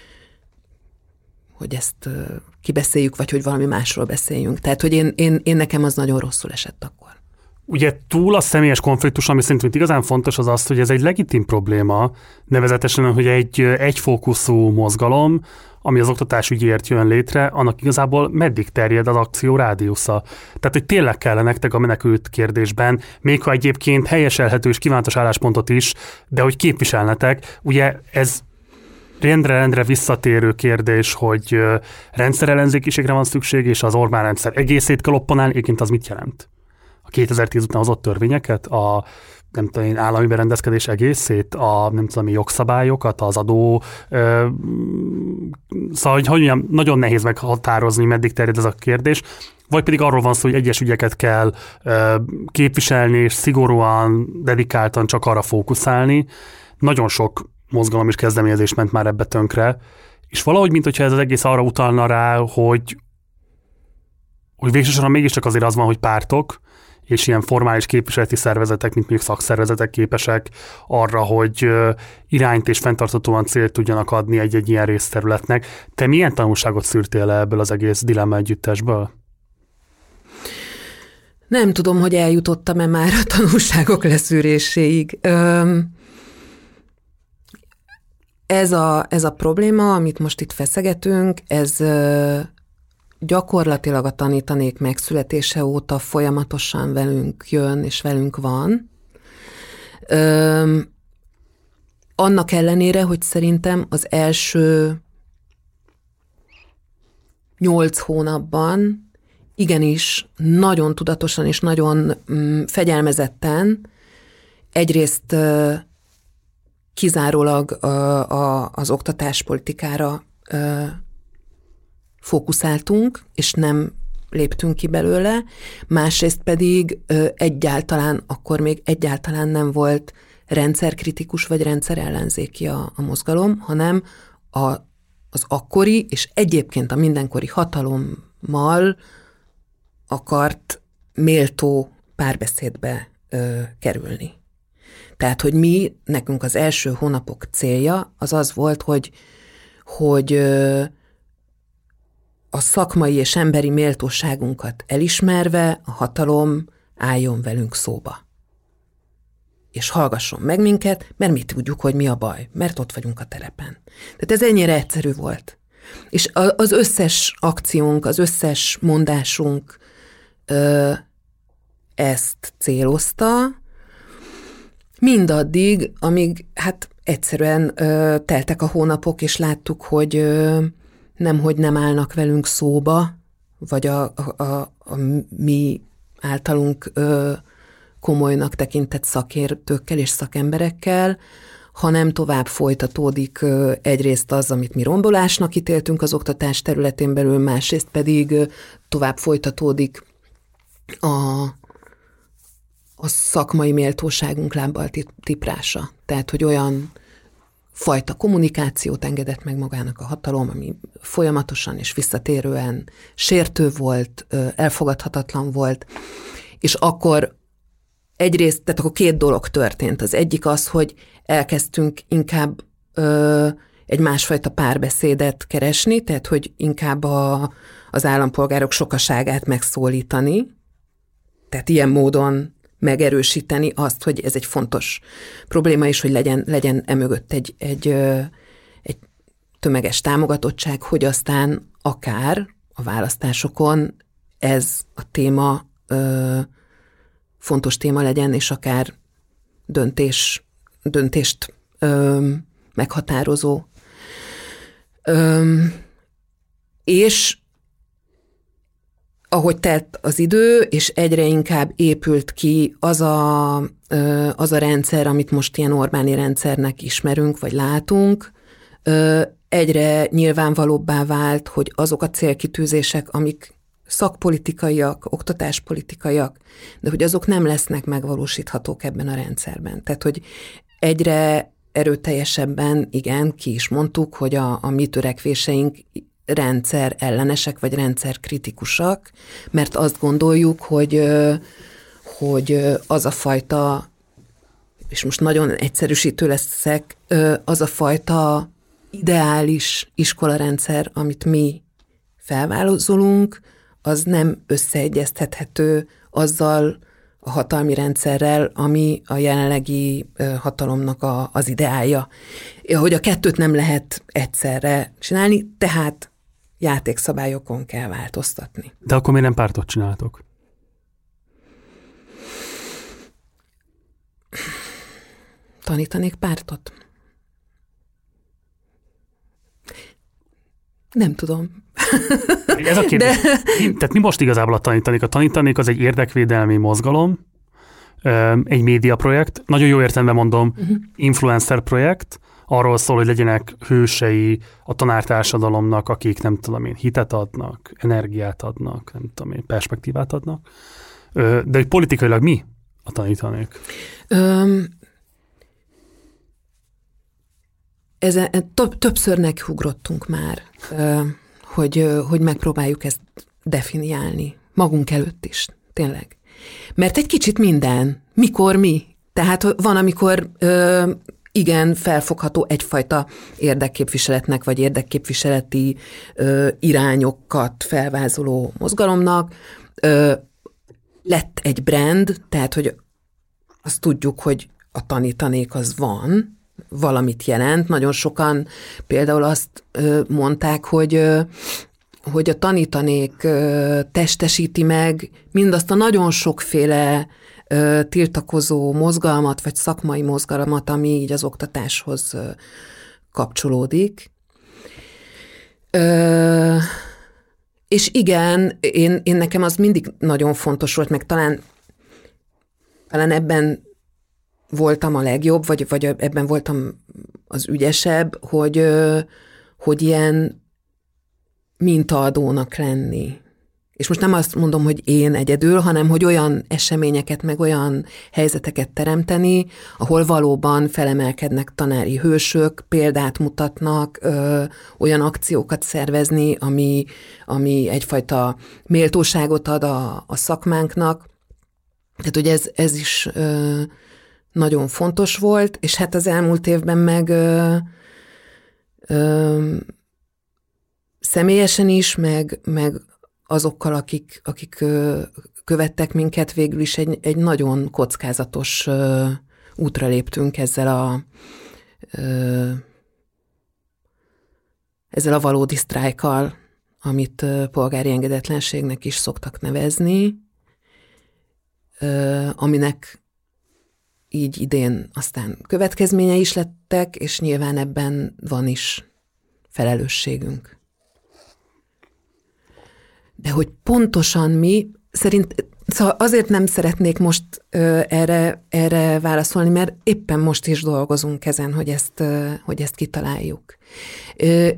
hogy ezt kibeszéljük, vagy hogy valami másról beszéljünk. Tehát, hogy én, én, én nekem az nagyon rosszul esett akkor. Ugye túl a személyes konfliktus, ami szerintem igazán fontos, az az, hogy ez egy legitim probléma, nevezetesen, hogy egy egyfókuszú mozgalom, ami az oktatás ügyért jön létre, annak igazából meddig terjed az akció rádiusza. Tehát, hogy tényleg kell nektek a menekült kérdésben, még ha egyébként helyeselhető és kívánatos álláspontot is, de hogy képviselnetek, ugye ez rendre-rendre visszatérő kérdés, hogy rendszerellenzékiségre van szükség, és az Orbán rendszer egészét kell opponálni, egyébként az mit jelent? A kétezer-tíz után hozott törvényeket, a nem tudom én, állami berendezkedés egészét, a nem tudom, jogszabályokat, az adó, ö, szóval, hogy mondjam, nagyon nehéz meghatározni, meddig terjed ez a kérdés, vagy pedig arról van szó, hogy egyes ügyeket kell ö, képviselni, és szigorúan, dedikáltan csak arra fókuszálni. Nagyon sok mozgalom és kezdeményezés ment már ebbe tönkre, és valahogy, mint hogyha ez az egész arra utalna rá, hogy, hogy végsősorban mégiscsak azért az van, hogy pártok, és ilyen formális képviseleti szervezetek, mint mondjuk szakszervezetek képesek arra, hogy irányt és fenntarthatóan célt tudjanak adni egy-egy ilyen részterületnek. Te milyen tanulságot szűrtél le ebből az egész dilemma együttesből? Nem tudom, hogy eljutottam-e már a tanulságok leszűréséig. Ez a, ez a probléma, amit most itt feszegetünk, ez gyakorlatilag a tanítanék megszületése óta folyamatosan velünk jön, és velünk van. Ö, annak ellenére, hogy szerintem az első nyolc hónapban igenis nagyon tudatosan és nagyon mm, fegyelmezetten egyrészt ö, kizárólag ö, a, az oktatáspolitikára ö, fókuszáltunk, és nem léptünk ki belőle, másrészt pedig ö, egyáltalán, akkor még egyáltalán nem volt rendszerkritikus vagy rendszerellenzéki a, a mozgalom, hanem a, az akkori és egyébként a mindenkori hatalommal akart méltó párbeszédbe ö, kerülni. Tehát, hogy mi, nekünk az első hónapok célja az az volt, hogy, hogy ö, a szakmai és emberi méltóságunkat elismerve a hatalom álljon velünk szóba. És hallgasson meg minket, mert mi tudjuk, hogy mi a baj, mert ott vagyunk a terepen. Tehát ez ennyire egyszerű volt. És az összes akciónk, az összes mondásunk ö, ezt célozta, mindaddig, amíg hát egyszerűen ö, teltek a hónapok, és láttuk, hogy ö, nemhogy nem állnak velünk szóba, vagy a, a, a, a mi általunk ö, komolynak tekintett szakértőkkel és szakemberekkel, hanem tovább folytatódik ö, egyrészt az, amit mi rombolásnak ítéltünk az oktatás területén belül, másrészt pedig ö, tovább folytatódik a, a szakmai méltóságunk lábbal tiprása. Tehát, hogy olyan fajta kommunikációt engedett meg magának a hatalom, ami folyamatosan és visszatérően sértő volt, elfogadhatatlan volt, és akkor egyrészt, tehát akkor két dolog történt. Az egyik az, hogy elkezdtünk inkább ö, egy másfajta párbeszédet keresni, tehát hogy inkább a, az állampolgárok sokaságát megszólítani, tehát ilyen módon megerősíteni azt, hogy ez egy fontos probléma, és hogy legyen, legyen emögött egy, egy, egy tömeges támogatottság, hogy aztán akár a választásokon ez a téma ö, fontos téma legyen, és akár döntés, döntést ö, meghatározó. Ö, és ahogy telt az idő, és egyre inkább épült ki az a, az a rendszer, amit most ilyen Orbáni rendszernek ismerünk, vagy látunk, egyre nyilvánvalóbbá vált, hogy azok a célkitűzések, amik szakpolitikaiak, oktatáspolitikaiak, de hogy azok nem lesznek megvalósíthatók ebben a rendszerben. Tehát, hogy egyre erőteljesebben, igen, ki is mondtuk, hogy a, a mi törekvéseink rendszer ellenesek, vagy rendszer kritikusak, mert azt gondoljuk, hogy, hogy az a fajta, és most nagyon egyszerűsítő leszek, az a fajta ideális iskolarendszer, amit mi felvázolunk, az nem összeegyeztethető azzal a hatalmi rendszerrel, ami a jelenlegi hatalomnak a, az ideálja. Hogy a kettőt nem lehet egyszerre csinálni, tehát játékszabályokon kell változtatni. De akkor miért nem pártot csináltok? Tanítanék pártot? Nem tudom. Ez a kérdés. De... Tehát mi most igazából a tanítanék? A tanítanék az egy érdekvédelmi mozgalom, egy médiaprojekt, nagyon jó értelemben mondom, uh-huh. influencer projekt, arról szól, hogy legyenek hősei a tanártársadalomnak, akik nem tudom én, hitet adnak, energiát adnak, nem tudom én, perspektívát adnak. De hogy politikailag mi a tanítanék? Um, ezen, több, többször nekiugrottunk már, hogy, hogy megpróbáljuk ezt definiálni. Magunk előtt is, tényleg. Mert egy kicsit minden. Mikor mi? Tehát van, amikor ö, igen, felfogható egyfajta érdekképviseletnek, vagy érdekképviseleti ö, irányokat felvázoló mozgalomnak. Ö, lett egy brand, tehát, hogy azt tudjuk, hogy a tanítanék az van, valamit jelent. Nagyon sokan például azt ö, mondták, hogy ö, hogy a tanítanék ö, testesíti meg mindazt a nagyon sokféle ö, tiltakozó mozgalmat, vagy szakmai mozgalmat, ami így az oktatáshoz ö, kapcsolódik. Ö, és igen, én, én nekem az mindig nagyon fontos volt, meg talán, talán ebben voltam a legjobb, vagy, vagy ebben voltam az ügyesebb, hogy, ö, hogy ilyen mintaadónak lenni. És most nem azt mondom, hogy én egyedül, hanem hogy olyan eseményeket, meg olyan helyzeteket teremteni, ahol valóban felemelkednek tanári hősök, példát mutatnak, ö, olyan akciókat szervezni, ami, ami egyfajta méltóságot ad a, a szakmánknak. Tehát, hogy ez, ez is ö, nagyon fontos volt, és hát az elmúlt évben meg ö, ö, személyesen is, meg, meg azokkal, akik, akik követtek minket, végül is egy, egy nagyon kockázatos útra léptünk ezzel a, ezzel a valódi sztrájkkal, amit polgári engedetlenségnek is szoktak nevezni, aminek így idén aztán következménye is lettek, és nyilván ebben van is felelősségünk. De hogy pontosan mi, szerint, szóval azért nem szeretnék most ö, erre, erre válaszolni, mert éppen most is dolgozunk ezen, hogy ezt, ö, hogy ezt kitaláljuk. Ö,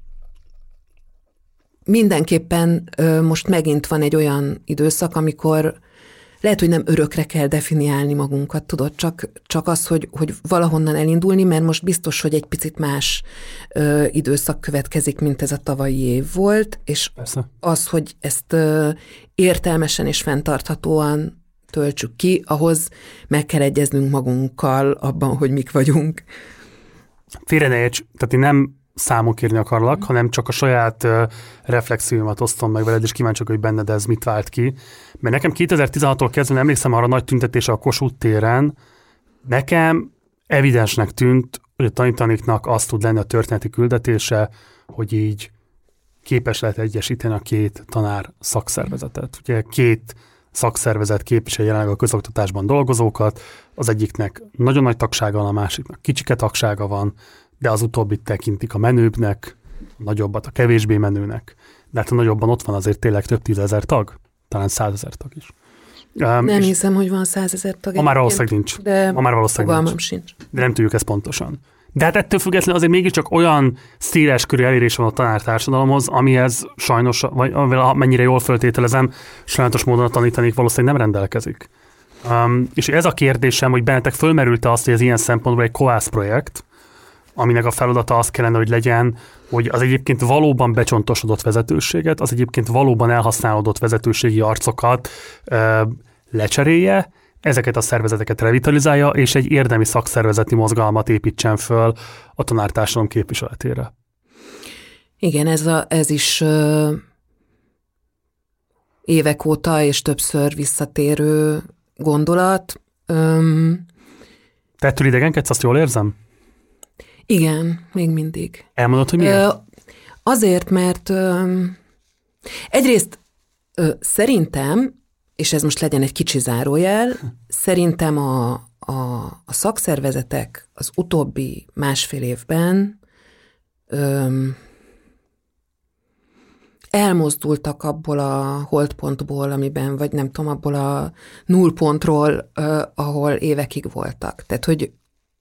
mindenképpen ö, most megint van egy olyan időszak, amikor lehet, hogy nem örökre kell definiálni magunkat, tudod, csak, csak az, hogy, hogy valahonnan elindulni, mert most biztos, hogy egy picit más ö, időszak következik, mint ez a tavalyi év volt, és Persze. az, hogy ezt ö, értelmesen és fenntarthatóan töltsük ki, ahhoz meg kell egyeznünk magunkkal abban, hogy mik vagyunk. Félre ne érts, tehát én nem számok írni akarlak, hanem csak a saját uh, reflexiómat osztom meg veled, és kíváncsiak, hogy benned ez mit vált ki. Mert nekem kétezer-tizenhattól kezdve emlékszem arra a nagy tüntetése a Kossuth téren, nekem evidensnek tűnt, hogy a tanítanéknak az tud lenni a történeti küldetése, hogy így képes lehet egyesíteni a két tanár szakszervezetet. Ugye két szakszervezet képvisel jelenleg a közoktatásban dolgozókat, az egyiknek nagyon nagy tagsága van, a másiknak kicsike tagsága van, de az utóbbit tekintik a menőbbnek, a nagyobbat a kevésbé menőnek. De hát a nagyobban ott van azért tényleg több tízezer tag, talán százezer tag is. Nem um, hiszem, hogy van százezer tag. Ma már valószínűleg nincs. De ma már valószínűleg nincs. sincs. De nem tudjuk ezt pontosan. De hát ettől függetlenül azért mégiscsak olyan széles körű elérés van a tanártársadalomhoz, amihez sajnos, vagy mennyire jól föltételezem, sajnálatos módon a tanítanék valószínűleg nem rendelkezik. Um, és ez a kérdésem, hogy bennetek fölmerült-e azt, hogy ez ilyen szempontból egy koász projekt, aminek a feladata az kellene, hogy legyen, hogy az egyébként valóban becsontosodott vezetőséget, az egyébként valóban elhasználódott vezetőségi arcokat ö, lecserélje, ezeket a szervezeteket revitalizálja, és egy érdemi szakszervezeti mozgalmat építsen föl a tanártársadalom képviseletére. Igen, ez, a, ez is ö, évek óta és többször visszatérő gondolat. Öm, Te ettől idegenkedsz, azt jól érzem? Igen, még mindig. Elmondod, hogy miért? Ö, azért, mert ö, egyrészt ö, szerintem, és ez most legyen egy kicsi zárójel, szerintem a, a, a szakszervezetek az utóbbi másfél évben ö, elmozdultak abból a holdpontból, amiben, vagy nem tudom, abból a nullpontról, ö, ahol évekig voltak. Tehát, hogy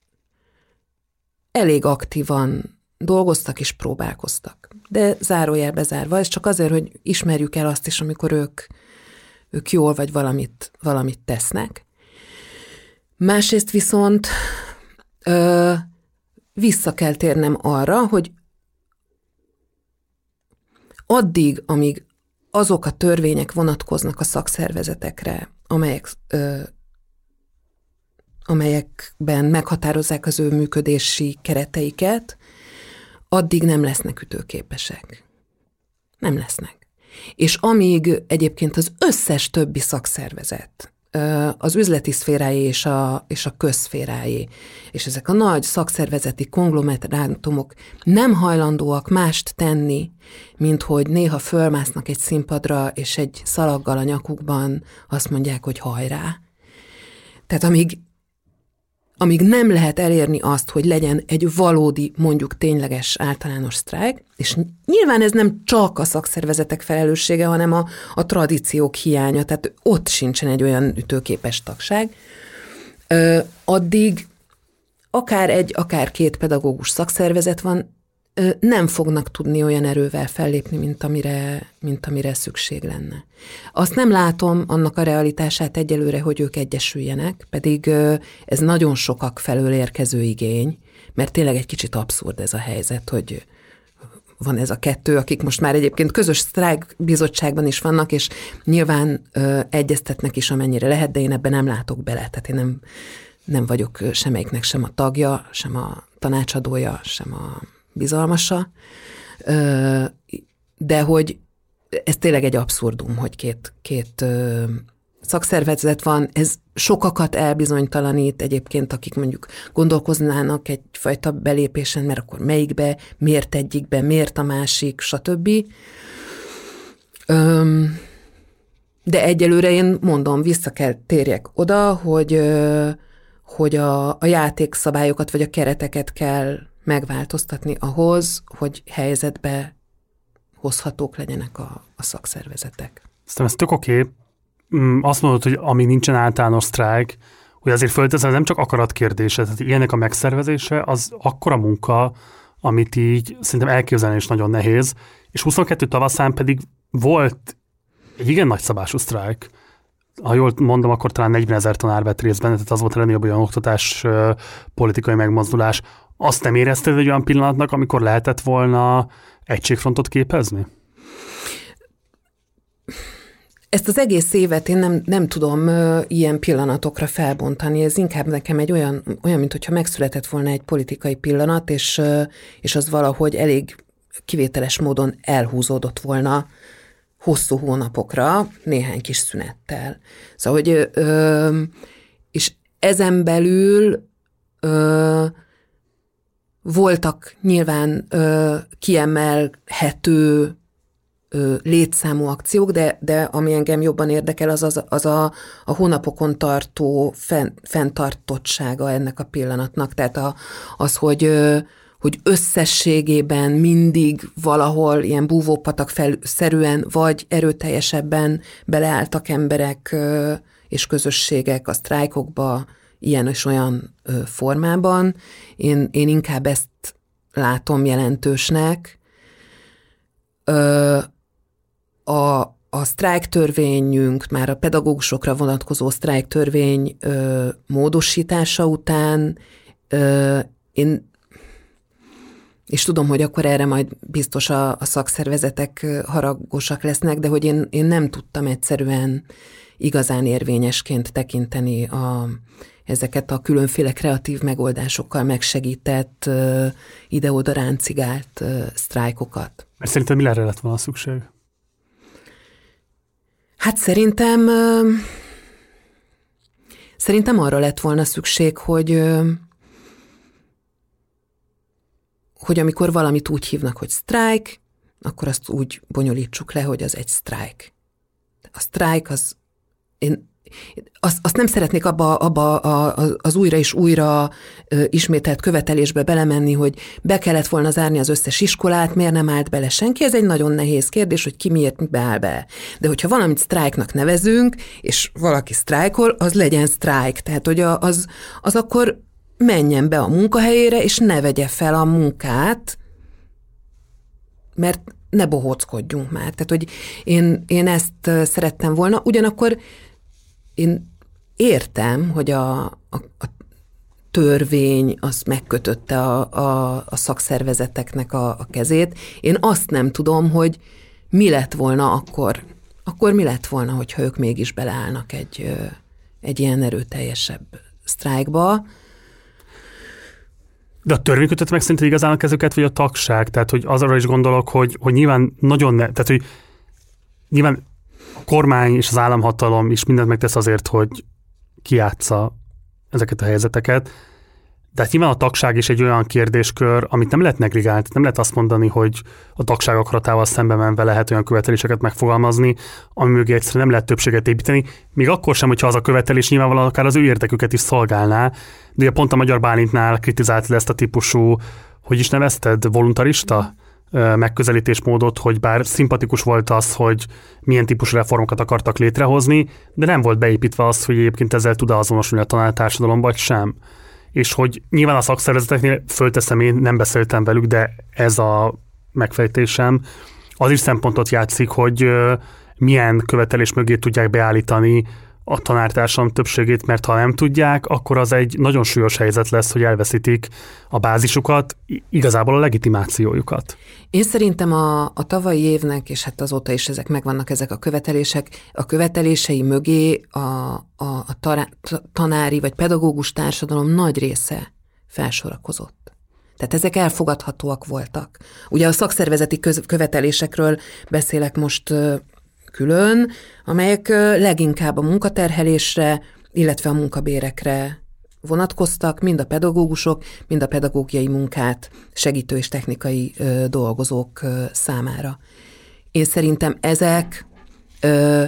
elég aktívan dolgoztak és próbálkoztak. De zárójelbe zárva, ez csak azért, hogy ismerjük el azt is, amikor ők, ők jól vagy valamit, valamit tesznek. Másrészt viszont ö, vissza kell térnem arra, hogy addig, amíg azok a törvények vonatkoznak a szakszervezetekre, amelyek ö, amelyekben meghatározzák az ő működési kereteiket, addig nem lesznek ütőképesek. Nem lesznek. És amíg egyébként az összes többi szakszervezet, az üzleti szférájé és a, és a közszférájé, és ezek a nagy szakszervezeti konglomerátumok nem hajlandóak mást tenni, mint hogy néha fölmásznak egy színpadra, és egy szalaggal a nyakukban azt mondják, hogy hajrá. Tehát amíg amíg nem lehet elérni azt, hogy legyen egy valódi, mondjuk tényleges általános sztrájk, és nyilván ez nem csak a szakszervezetek felelőssége, hanem a, a tradíciók hiánya, tehát ott sincsen egy olyan ütőképes tagság, ö, addig akár egy, akár két pedagógus szakszervezet van, ö, nem fognak tudni olyan erővel fellépni, mint amire, mint amire szükség lenne. Azt nem látom annak a realitását egyelőre, hogy ők egyesüljenek, pedig ö, ez nagyon sokak felől érkező igény, mert tényleg egy kicsit abszurd ez a helyzet, hogy van ez a kettő, akik most már egyébként közös sztrájkbizottságban is vannak, és nyilván ö, egyeztetnek is, amennyire lehet, de én ebben nem látok bele, tehát én nem, nem vagyok semmelyiknek sem a tagja, sem a tanácsadója, sem a bizalmasa, de hogy ez tényleg egy abszurdum, hogy két, két szakszervezet van, ez sokakat elbizonytalanít egyébként, akik mondjuk gondolkoznának egyfajta belépésen, mert akkor melyikbe, miért egyikbe, miért a másik, stb. Öm, de egyelőre én mondom, vissza kell térjek oda, hogy, hogy a, a játékszabályokat vagy a kereteket kell megváltoztatni ahhoz, hogy helyzetbe hozhatók legyenek a, a szakszervezetek. Szerintem ez tök oké. Okay. Azt mondod, hogy amíg nincsen általános sztrájk, hogy azért fölteszem, ez nem csak akaratkérdése, tehát ilyenek a megszervezése, az akkora munka, amit így szerintem elképzelni is nagyon nehéz, és huszonkettő tavaszán pedig volt egy igen nagyszabású sztrájk. Ha jól mondom, akkor talán negyvenezer tanár vett részt benne, tehát az volt a legnagyobb olyan oktatás politikai megmozdulás. Azt nem érezted egy olyan pillanatnak, amikor lehetett volna egységfrontot képezni? Ezt az egész évet én nem, nem tudom uh, ilyen pillanatokra felbontani, ez inkább nekem egy olyan, olyan mint hogyha megszületett volna egy politikai pillanat, és, uh, és az valahogy elég kivételes módon elhúzódott volna hosszú hónapokra, néhány kis szünettel. Szóval, hogy uh, és ezen belül uh, voltak nyilván uh, kiemelhető létszámú akciók, de, de ami engem jobban érdekel, az, az, az a, a hónapokon tartó fenn, fenntartottsága ennek a pillanatnak. Tehát a, az, hogy, hogy összességében mindig valahol ilyen búvópatak felszerűen, vagy erőteljesebben beleálltak emberek és közösségek a sztrájkokba, ilyen és olyan formában. Én, én inkább ezt látom jelentősnek. A, a sztrájktörvényünk, már a pedagógusokra vonatkozó sztrájktörvény ö, módosítása után ö, én, és tudom, hogy akkor erre majd biztos a, a szakszervezetek haragosak lesznek, de hogy én, én nem tudtam egyszerűen igazán érvényesként tekinteni a, ezeket a különféle kreatív megoldásokkal megsegített, ö, ide-oda ráncigált ö, sztrájkokat. Mert szerintem mi erre lett volna szükség? Hát szerintem szerintem arra lett volna szükség, hogy hogy amikor valamit úgy hívnak, hogy sztrájk, akkor azt úgy bonyolítsuk le, hogy az egy sztrájk. A sztrájk az, én azt, azt nem szeretnék abba, abba a, az újra és újra ismételt követelésbe belemenni, hogy be kellett volna zárni az összes iskolát, miért nem állt bele senki. Ez egy nagyon nehéz kérdés, hogy ki miért beáll bele. De hogyha valamit sztrájknak nevezünk, és valaki sztrájkol, az legyen sztrájk. Tehát, hogy az, az akkor menjen be a munkahelyére, és ne vegye fel a munkát, mert ne bohóckodjunk már. Tehát, hogy én, én ezt szerettem volna. Ugyanakkor én értem, hogy a, a, a törvény az megkötötte a, a, a szakszervezeteknek a, a kezét. Én azt nem tudom, hogy mi lett volna akkor, akkor mi lett volna, hogyha ők mégis beleállnak egy, egy ilyen erőteljesebb sztrájkba. De a törvény kötött meg szerinted igazán a kezüket, vagy a tagság? Tehát, hogy azra is gondolok, hogy, hogy nyilván nagyon ne, tehát, hogy nyilván a kormány és az államhatalom is mindent megtesz azért, hogy kijátsza ezeket a helyzeteket, de hát nyilván a tagság is egy olyan kérdéskör, amit nem lehet negligálni, nem lehet azt mondani, hogy a tagság akaratával szembe menve lehet olyan követeléseket megfogalmazni, ami mögé egyszerűen nem lehet többséget építeni, még akkor sem, hogyha az a követelés nyilvánvalóan akár az ő érdeküket is szolgálná, de pont a Magyar Bálintnál kritizáltad ezt a típusú, hogy is nevezted, voluntarista megközelítésmódot, hogy bár szimpatikus volt az, hogy milyen típusú reformokat akartak létrehozni, de nem volt beépítve az, hogy egyébként ezzel tud azonosulni a tanártársadalom, vagy sem. És hogy nyilván a szakszervezeteknél, fölteszem, én nem beszéltem velük, de ez a megfejtésem, az is szempontot játszik, hogy milyen követelés mögé tudják beállítani a tanártársadalom többségét, mert ha nem tudják, akkor az egy nagyon súlyos helyzet lesz, hogy elveszítik a bázisukat, igazából a legitimációjukat. Én szerintem a, a tavalyi évnek, és hát azóta is ezek megvannak ezek a követelések, a követelései mögé a, a, a tará, tanári vagy pedagógus társadalom nagy része felsorakozott. Tehát ezek elfogadhatóak voltak. Ugye a szakszervezeti köz, követelésekről beszélek most külön, amelyek leginkább a munkaterhelésre, illetve a munkabérekre vonatkoztak, mind a pedagógusok, mind a pedagógiai munkát segítő és technikai ö, dolgozók ö, számára. Én szerintem ezek ö,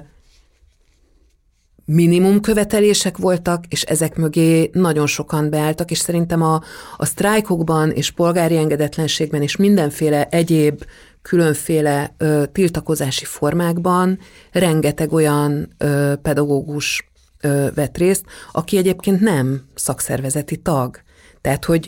minimum követelések voltak, és ezek mögé nagyon sokan beálltak, és szerintem a, a sztrájkokban és polgári engedetlenségben és mindenféle egyéb különféle ö, tiltakozási formákban rengeteg olyan ö, pedagógus ö, vett részt, aki egyébként nem szakszervezeti tag. Tehát, hogy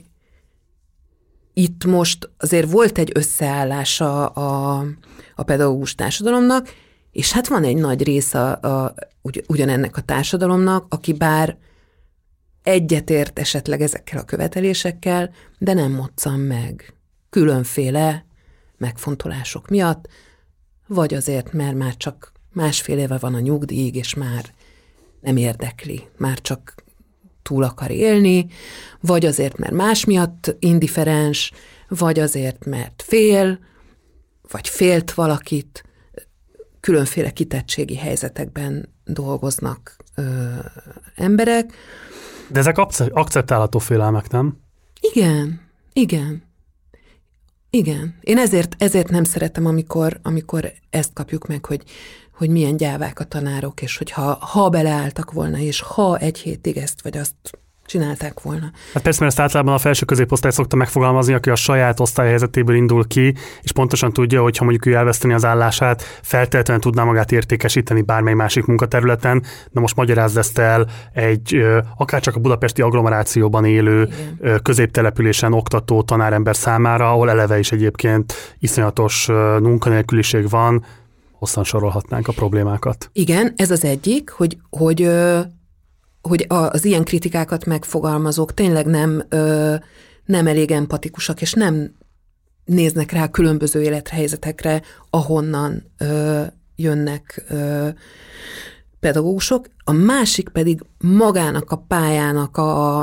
itt most azért volt egy összeállása a, a pedagógus társadalomnak, és hát van egy nagy része a, a, ugy, ugyanennek a társadalomnak, aki bár egyetért esetleg ezekkel a követelésekkel, de nem moccan meg különféle megfontolások miatt, vagy azért, mert már csak másfél éve van a nyugdíjig, és már nem érdekli, már csak túl akar élni, vagy azért, mert más miatt indiferens, vagy azért, mert fél, vagy félt valakit, különféle kitettségi helyzetekben dolgoznak ö, emberek. De ezek akceptálható félelmek, nem? Igen, igen. Igen. Én ezért, ezért nem szeretem, amikor, amikor ezt kapjuk meg, hogy, hogy milyen gyávák a tanárok, és hogy ha, ha beleálltak volna, és ha egy hétig ezt vagy azt csinálták volna. Hát persze, mert ezt általában a felső középosztály szokta megfogalmazni, aki a saját osztály helyzetéből indul ki, és pontosan tudja, hogy ha mondjuk ő elveszteni az állását, feltétlenül tudná magát értékesíteni bármely másik munkaterületen. Na most magyarázd ezt el egy akárcsak a budapesti agglomerációban élő Igen. középtelepülésen oktató tanárember számára, ahol eleve is egyébként iszonyatos munkanélküliség van, hosszan sorolhatnánk a problémákat. Igen, ez az egyik, hogy, hogy hogy az ilyen kritikákat megfogalmazók tényleg nem, ö, nem elég empatikusak, és nem néznek rá különböző élethelyzetekre, ahonnan ö, jönnek ö, pedagógusok. A másik pedig magának a pályának a,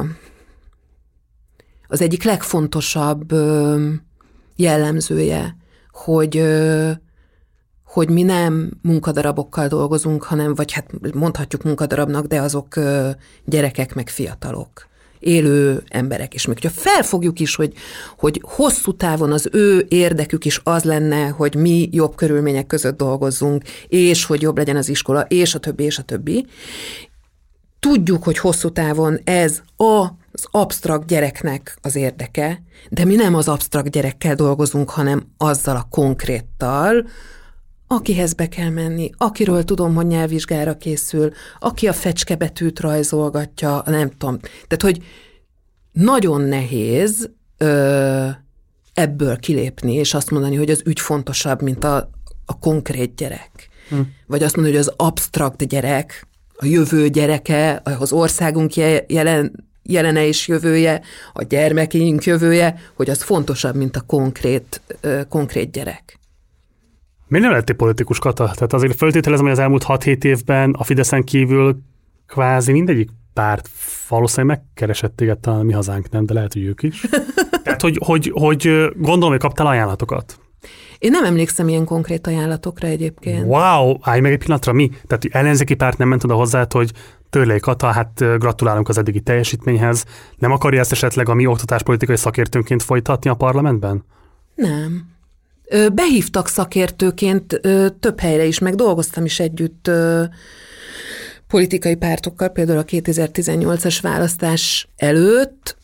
az egyik legfontosabb ö, jellemzője, hogy ö, hogy mi nem munkadarabokkal dolgozunk, hanem, vagy hát mondhatjuk munkadarabnak, de azok ö, gyerekek meg fiatalok, élő emberek. És még hogyha felfogjuk is, hogy, hogy hosszú távon az ő érdekük is az lenne, hogy mi jobb körülmények között dolgozzunk, és hogy jobb legyen az iskola, és a többi, és a többi. Tudjuk, hogy hosszú távon ez a az absztrakt gyereknek az érdeke, de mi nem az absztrakt gyerekkel dolgozunk, hanem azzal a konkréttal, akihez be kell menni, akiről tudom, hogy nyelvvizsgára készül, aki a fecskebetűt rajzolgatja, nem tudom. Tehát, hogy nagyon nehéz ö, ebből kilépni, és azt mondani, hogy az ügy fontosabb, mint a, a konkrét gyerek. Hm. Vagy azt mondani, hogy az absztrakt gyerek, a jövő gyereke, az országunk jelen, jelene és jövője, a gyermekeink jövője, hogy az fontosabb, mint a konkrét, ö, konkrét gyerek. Miért nem lettél politikus, Kata? Tehát azért föltételezem, hogy az elmúlt hat-hét évben a Fideszen kívül kvázi mindegyik párt valószínűleg megkeresett téged, talán a Mi Hazánk nem, de lehet, hogy ők is. Tehát, hogy, hogy, hogy gondolom, hogy kaptál ajánlatokat. Én nem emlékszem ilyen konkrét ajánlatokra egyébként. Wow, állj meg egy pillanatra, mi? Tehát ellenzéki párt nem ment oda hozzá, hogy Törlei Kata, hát gratulálunk az eddigi teljesítményhez. Nem akarja ezt esetleg a mi oktatáspolitikai szakértőnként folytatni a parlamentben? Nem. Behívtak szakértőként több helyre is, meg dolgoztam is együtt politikai pártokkal, például a kétezer-tizennyolcas választás előtt,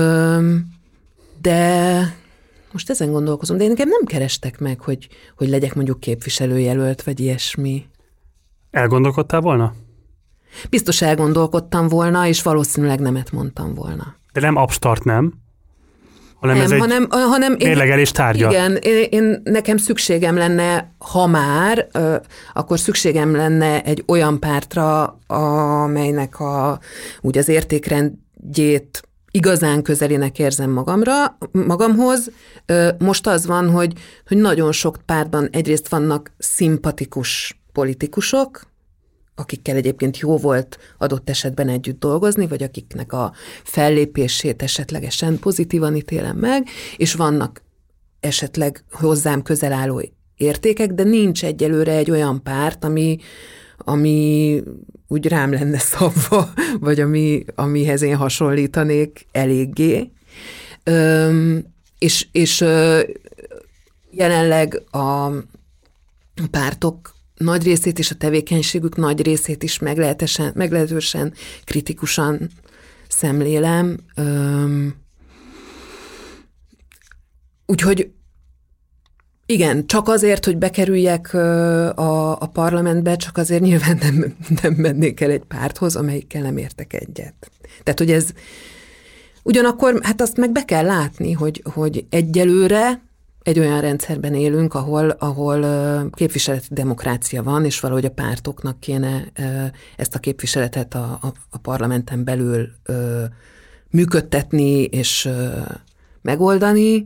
de most ezen gondolkozom, de én nekem nem kerestek meg, hogy, hogy legyek mondjuk képviselőjelölt, vagy ilyesmi. Elgondolkodtál volna? Biztos elgondolkodtam volna, és valószínűleg nemet mondtam volna. De nem abstart, nem? Hanem nem, ez egy hanem, hanem mérlegelés tárgya. Igen, én, én, nekem szükségem lenne, ha már, ö, akkor szükségem lenne egy olyan pártra, amelynek a, úgy az értékrendjét igazán közelének érzem magamra, magamhoz. Ö, most az van, hogy, hogy nagyon sok pártban egyrészt vannak szimpatikus politikusok, akikkel egyébként jó volt adott esetben együtt dolgozni, vagy akiknek a fellépését esetlegesen pozitívan ítélem meg, és vannak esetleg hozzám közel álló értékek, de nincs egyelőre egy olyan párt, ami, ami úgy rám lenne szabva, vagy ami, amihez én hasonlítanék eléggé. Öm, és, és ö, jelenleg a pártok nagy részét és a tevékenységük nagy részét is meglehetősen, meglehetősen kritikusan szemlélem. Öm, úgyhogy igen, csak azért, hogy bekerüljek a, a parlamentbe, csak azért nyilván nem, nem mennék el egy párthoz, amelyikkel nem értek egyet. Tehát, hogy ez ugyanakkor, hát azt meg be kell látni, hogy, hogy egyelőre egy olyan rendszerben élünk, ahol, ahol képviseleti demokrácia van, és valahogy a pártoknak kéne ezt a képviseletet a, a, a parlamenten belül működtetni és megoldani.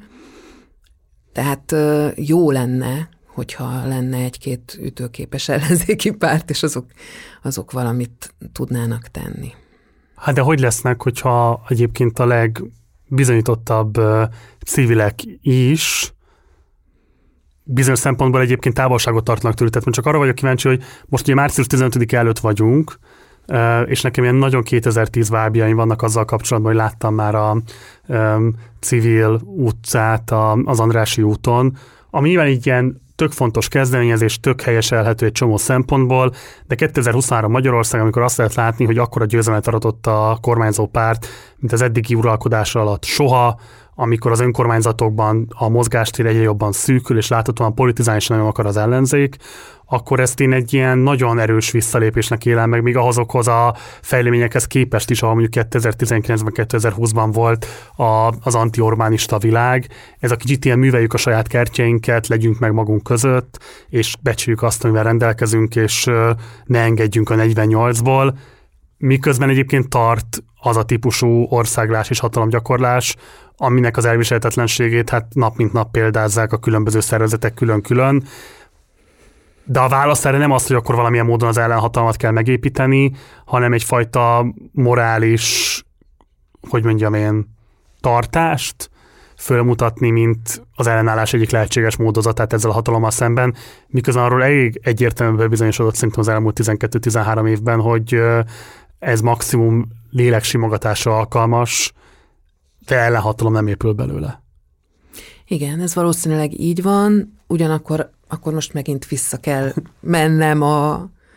Tehát jó lenne, hogyha lenne egy-két ütőképes ellenzéki párt, és azok, azok valamit tudnának tenni. Hát de hogy lesznek, hogyha egyébként a legbizonyítottabb civilek is bizonyos szempontból egyébként távolságot tartanak tőle. Tehát csak arra vagyok kíváncsi, hogy most ugye március tizenötödike előtt vagyunk, és nekem ilyen nagyon kétezer-tíz vábjaim vannak azzal kapcsolatban, hogy láttam már a um, civil utcát a, az Andrássy úton, ami nyilván így ilyen tök fontos kezdeményezés, tök helyeselhető egy csomó szempontból, de kétezer-huszonhárom Magyarország, amikor azt lehet látni, hogy akkora győzelmet aratott a kormányzó párt, mint az eddigi uralkodása alatt soha, amikor az önkormányzatokban a mozgástér egyre jobban szűkül, és láthatóan politizálni is nagyon akar az ellenzék, akkor ezt én egy ilyen nagyon erős visszalépésnek élem meg, még ahhozokhoz a fejleményekhez képest is, ahol mondjuk kétezer-tizenkilencben, kétezer-húszban volt a, az anti-orbánista világ. Ez a kicsit ilyen műveljük a saját kertjeinket, legyünk meg magunk között, és becsüljük azt, amivel rendelkezünk, és ne engedjünk a negyvennyolcból. Miközben egyébként tart az a típusú országlás és hatalomgyakorlás, aminek az elviselhetetlenségét hát nap mint nap példázzák a különböző szervezetek külön-külön. De a válasz erre nem az, hogy akkor valamilyen módon az ellenhatalmat kell megépíteni, hanem egyfajta morális, hogy mondjam én, tartást fölmutatni, mint az ellenállás egyik lehetséges módozatát ezzel a hatalommal szemben, miközben arról elég egyértelműen bizonyosodott szerintem az elmúlt tizenkettő-tizenhárom évben, hogy ez maximum léleksimogatásra alkalmas, de ellenhatalom nem épül belőle. Igen, ez valószínűleg így van, ugyanakkor akkor most megint vissza kell mennem a,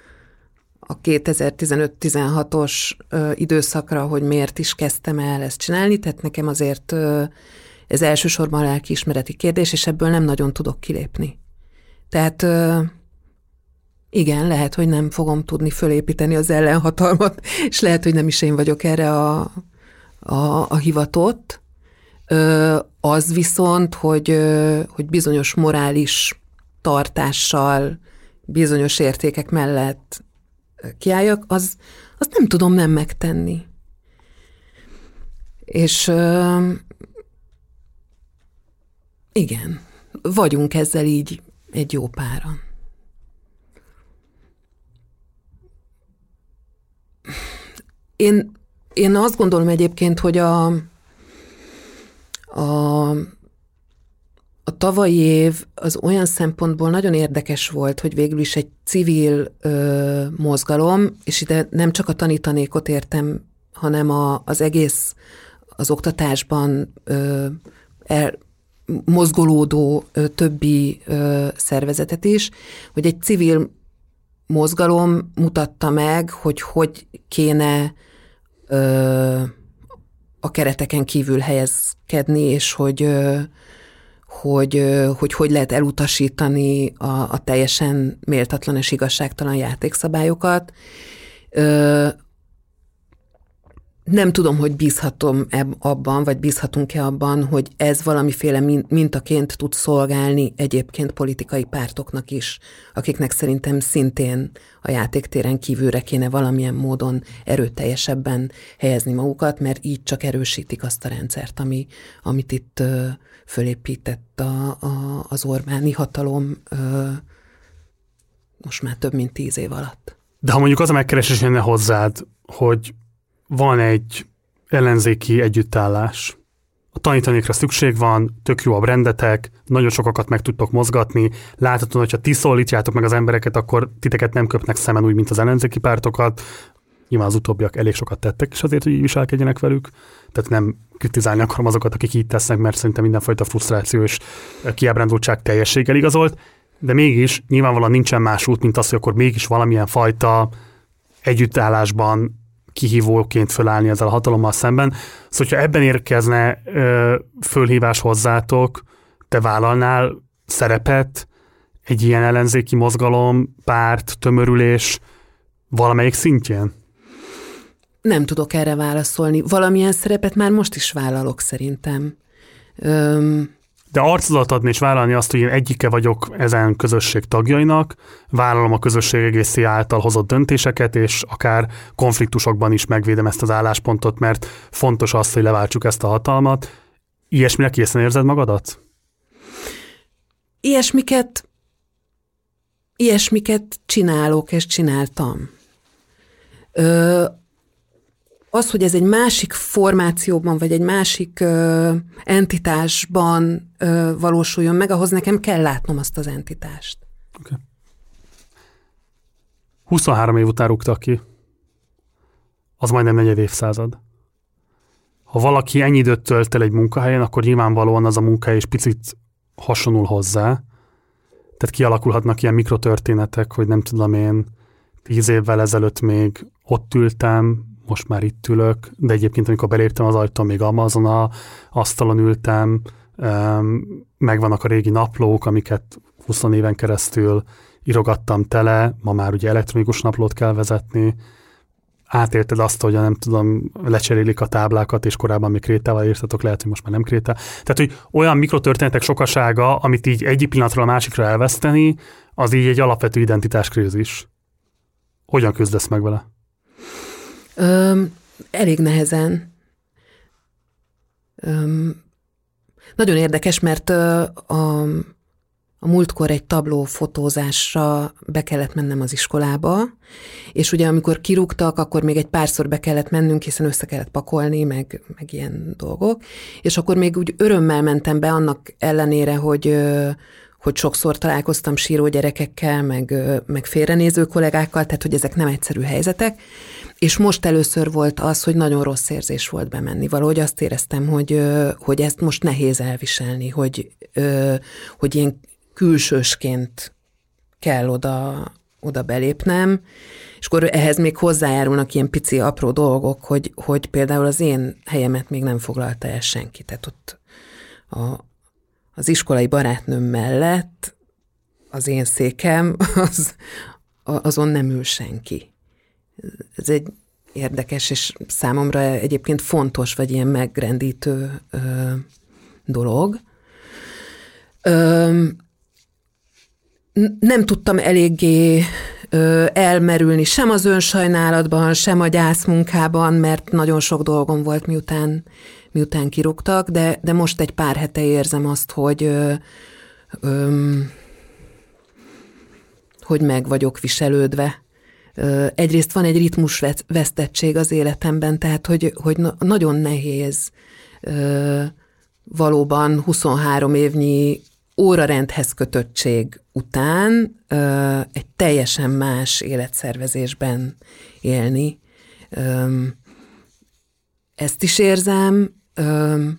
a kétezer-tizenöt-tizenhatos ö, időszakra, hogy miért is kezdtem el ezt csinálni, tehát nekem azért ö, ez elsősorban lelkiismereti kérdés, és ebből nem nagyon tudok kilépni. Tehát ö, igen, lehet, hogy nem fogom tudni fölépíteni az ellenhatalmat, és lehet, hogy nem is én vagyok erre a, a, a hivatott. Ö, az viszont, hogy, ö, hogy bizonyos morális tartással, bizonyos értékek mellett kiálljak, az, azt nem tudom nem megtenni. És ö, igen, vagyunk ezzel így egy jó páran. Én, én azt gondolom egyébként, hogy a, a A tavalyi év az olyan szempontból nagyon érdekes volt, hogy végül is egy civil ö, mozgalom, és ide nem csak a tanítanékot értem, hanem a, az egész az oktatásban ö, el, mozgolódó ö, többi ö, szervezetet is, hogy egy civil mozgalom mutatta meg, hogy hogy kéne ö, a kereteken kívül helyezkedni, és hogy ö, hogy, hogy hogy lehet elutasítani a, a teljesen méltatlan és igazságtalan játékszabályokat. Nem tudom, hogy bízhatom abban, vagy bízhatunk-e abban, hogy ez valamiféle mintaként tud szolgálni egyébként politikai pártoknak is, akiknek szerintem szintén a játéktéren kívülre kéne valamilyen módon erőteljesebben helyezni magukat, mert így csak erősítik azt a rendszert, ami, amit itt fölépített a, a, az Orbáni hatalom ö, most már több mint tíz év alatt. De ha mondjuk az a megkeresés jönne hozzád, hogy van egy ellenzéki együttállás, a tanítanékra szükség van, tök jó a brandetek, nagyon sokakat meg tudtok mozgatni, láthatóan, hogyha ti szólítjátok meg az embereket, akkor titeket nem köpnek szemen úgy, mint az ellenzéki pártokat. Nyilván az utóbbiak elég sokat tettek is azért, hogy így viselkedjenek velük. Tehát nem kritizálni akarom azokat, akik így tesznek, mert szerintem mindenfajta frusztráció és kiábrándultság teljességgel igazolt, de mégis nyilvánvalóan nincsen más út, mint az, hogy akkor mégis valamilyen fajta együttállásban kihívóként fölállni ezzel a hatalommal szemben. Szóval, hogyha ebben érkezne ö, fölhívás hozzátok, te vállalnál szerepet egy ilyen ellenzéki mozgalom, párt, tömörülés valamelyik szintjén? Nem tudok erre válaszolni. Valamilyen szerepet már most is vállalok szerintem. Öm... De arcodat adni és vállalni azt, hogy én egyike vagyok ezen közösség tagjainak, vállalom a közösség egészé által hozott döntéseket, és akár konfliktusokban is megvédem ezt az álláspontot, mert fontos az, hogy leváltsuk ezt a hatalmat. Ilyesmire készen érzed magadat? Ilyesmiket, ilyesmiket csinálok és csináltam. Ö, az, hogy ez egy másik formációban, vagy egy másik ö, entitásban ö, valósuljon meg, ahhoz nekem kell látnom azt az entitást. Okay. huszonhárom év után rúgtak ki. Az majdnem negyed évszázad. Ha valaki ennyi időt tölt el egy munkahelyen, akkor nyilvánvalóan az a munkahely is picit hasonul hozzá. Tehát kialakulhatnak ilyen mikrotörténetek, hogy nem tudom én, tíz évvel ezelőtt még ott ültem, most már itt ülök, de egyébként amikor beléptem az ajtón, még azon a asztalon ültem, megvannak a régi naplók, amiket húsz éven keresztül írogattam tele, ma már ugye elektronikus naplót kell vezetni, átélted azt, hogy nem tudom, lecserélik a táblákat, és korábban még krétával írtatok, lehet, hogy most már nem kréta. Tehát, hogy olyan mikrotörténetek sokasága, amit így egyik pillanatról a másikra elveszteni, az így egy alapvető identitáskrízis. Hogyan küzdesz meg vele? Öm, elég nehezen. Öm, nagyon érdekes, mert ö, a, a múltkor egy tabló fotózásra be kellett mennem az iskolába, és ugye amikor kirúgtak, akkor még egy párszor be kellett mennünk, hiszen össze kellett pakolni, meg, meg ilyen dolgok, és akkor még úgy örömmel mentem be annak ellenére, hogy ö, hogy sokszor találkoztam síró gyerekekkel, meg, meg félrenéző kollégákkal, tehát hogy ezek nem egyszerű helyzetek, és most először volt az, hogy nagyon rossz érzés volt bemenni. Valahogy azt éreztem, hogy, hogy ezt most nehéz elviselni, hogy, hogy ilyen külsősként kell oda, oda belépnem, és akkor ehhez még hozzájárulnak ilyen pici apró dolgok, hogy, hogy például az én helyemet még nem foglalta el senki, tehát ott a az iskolai barátnőm mellett az én székem, az, azon nem ül senki. Ez egy érdekes, és számomra egyébként fontos, vagy ilyen megrendítő ö, dolog. Ö, nem tudtam eléggé ö, elmerülni sem az önsajnálatban, sem a gyászmunkában, mert nagyon sok dolgom volt, miután miután kirúgtak, de, de most egy pár hete érzem azt, hogy, ö, ö, hogy meg vagyok viselődve. Ö, egyrészt van egy ritmusvesztettség az életemben, tehát hogy, hogy na, nagyon nehéz ö, valóban huszonhárom évnyi órarendhez kötöttség után ö, egy teljesen más életszervezésben élni. Ö, ezt is érzem. Öm,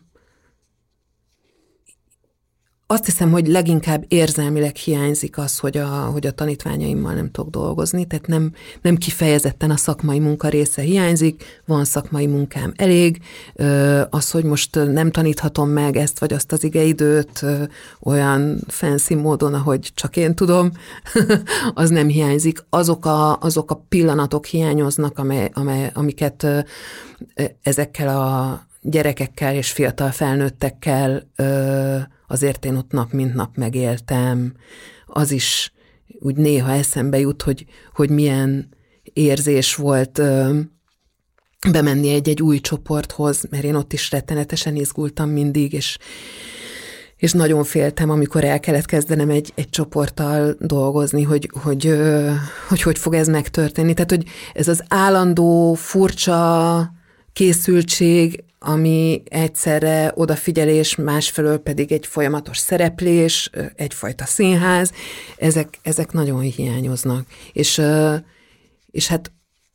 azt hiszem, hogy leginkább érzelmileg hiányzik az, hogy a, hogy a tanítványaimmal nem tudok dolgozni, tehát nem, nem kifejezetten a szakmai munka része hiányzik, van szakmai munkám elég, ö, az, hogy most nem taníthatom meg ezt vagy azt az igeidőt ö, olyan fancy módon, ahogy csak én tudom, az nem hiányzik. Azok a, azok a pillanatok hiányoznak, amely, amely, amiket ö, ezekkel a gyerekekkel és fiatal felnőttekkel ö, azért én ott nap mint nap megéltem. Az is úgy néha eszembe jut, hogy, hogy milyen érzés volt ö, bemenni egy-egy új csoporthoz, mert én ott is rettenetesen izgultam mindig, és, és nagyon féltem, amikor el kellett kezdenem egy, egy csoporttal dolgozni, hogy hogy, hogy hogy fog ez megtörténni. Tehát, hogy ez az állandó, furcsa készültség, ami egyszerre odafigyelés, másfelől pedig egy folyamatos szereplés, egyfajta színház, ezek, ezek nagyon hiányoznak. És, és hát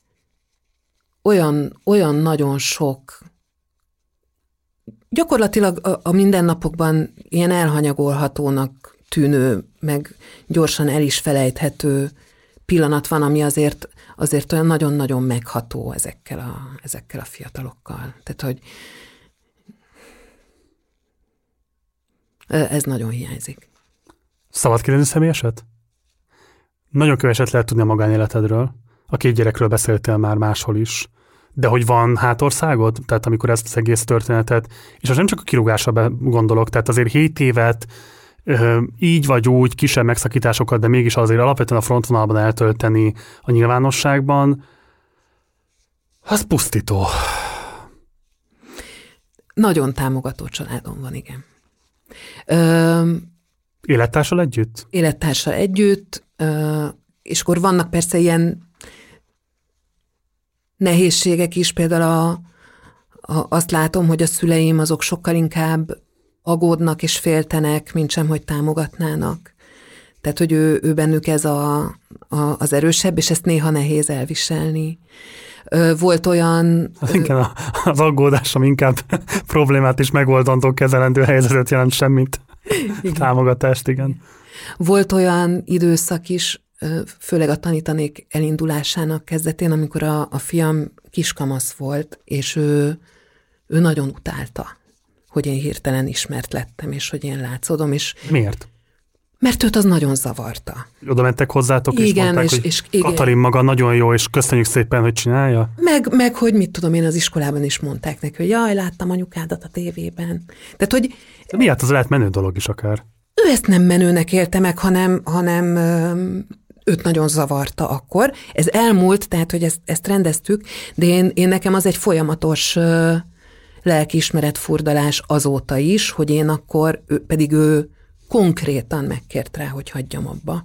olyan, olyan nagyon sok, gyakorlatilag a, a mindennapokban ilyen elhanyagolhatónak tűnő, meg gyorsan el is felejthető pillanat van, ami azért, azért olyan nagyon-nagyon megható ezekkel a, ezekkel a fiatalokkal. Tehát, hogy ez nagyon hiányzik. Szabad kérdezni személyeset? Nagyon keveset lehet tudni a magánéletedről. A két gyerekről beszéltél már máshol is. De hogy van hátországod? Tehát amikor ezt az egész történetet, és most nem csak a kirúgásra gondolok, tehát azért hét évet így vagy úgy, kisebb megszakításokat, de mégis azért alapvetően a frontvonalban eltölteni a nyilvánosságban, az pusztító. Nagyon támogató családom van, igen. Ö, Élettársal együtt? Élettársal együtt, ö, és akkor vannak persze ilyen nehézségek is, például a, a, azt látom, hogy a szüleim azok sokkal inkább aggódnak és féltenek, mint sem, hogy támogatnának. Tehát, hogy ő, ő bennük ez a, a, az erősebb, és ezt néha nehéz elviselni. Volt olyan... Az, igen, az aggódásom inkább problémát is megoldandó kezelendő helyzetet jelent, semmit. Igen. Támogatást, igen. Volt olyan időszak is, főleg a tanítanék elindulásának kezdetén, amikor a, a fiam kiskamasz volt, és ő, ő nagyon utálta, hogy én hirtelen ismert lettem, és hogy én látszódom. És miért? Mert őt az nagyon zavarta. Oda mentek hozzátok, és igen, mondták, és, hogy és, igen. Katalin maga nagyon jó, és köszönjük szépen, hogy csinálja. Meg, meg, hogy mit tudom én, az iskolában is mondták neki, hogy jaj, láttam anyukádat a tévében. Tehát, hogy... De miért az lehet menő dolog is akár? Ő ezt nem menőnek élte meg, hanem, hanem őt nagyon zavarta akkor. Ez elmúlt, tehát, hogy ezt, ezt rendeztük, de én, én nekem az egy folyamatos lelkiismeret furdalás azóta is, hogy én akkor, ő, pedig ő konkrétan megkért rá, hogy hagyjam abba.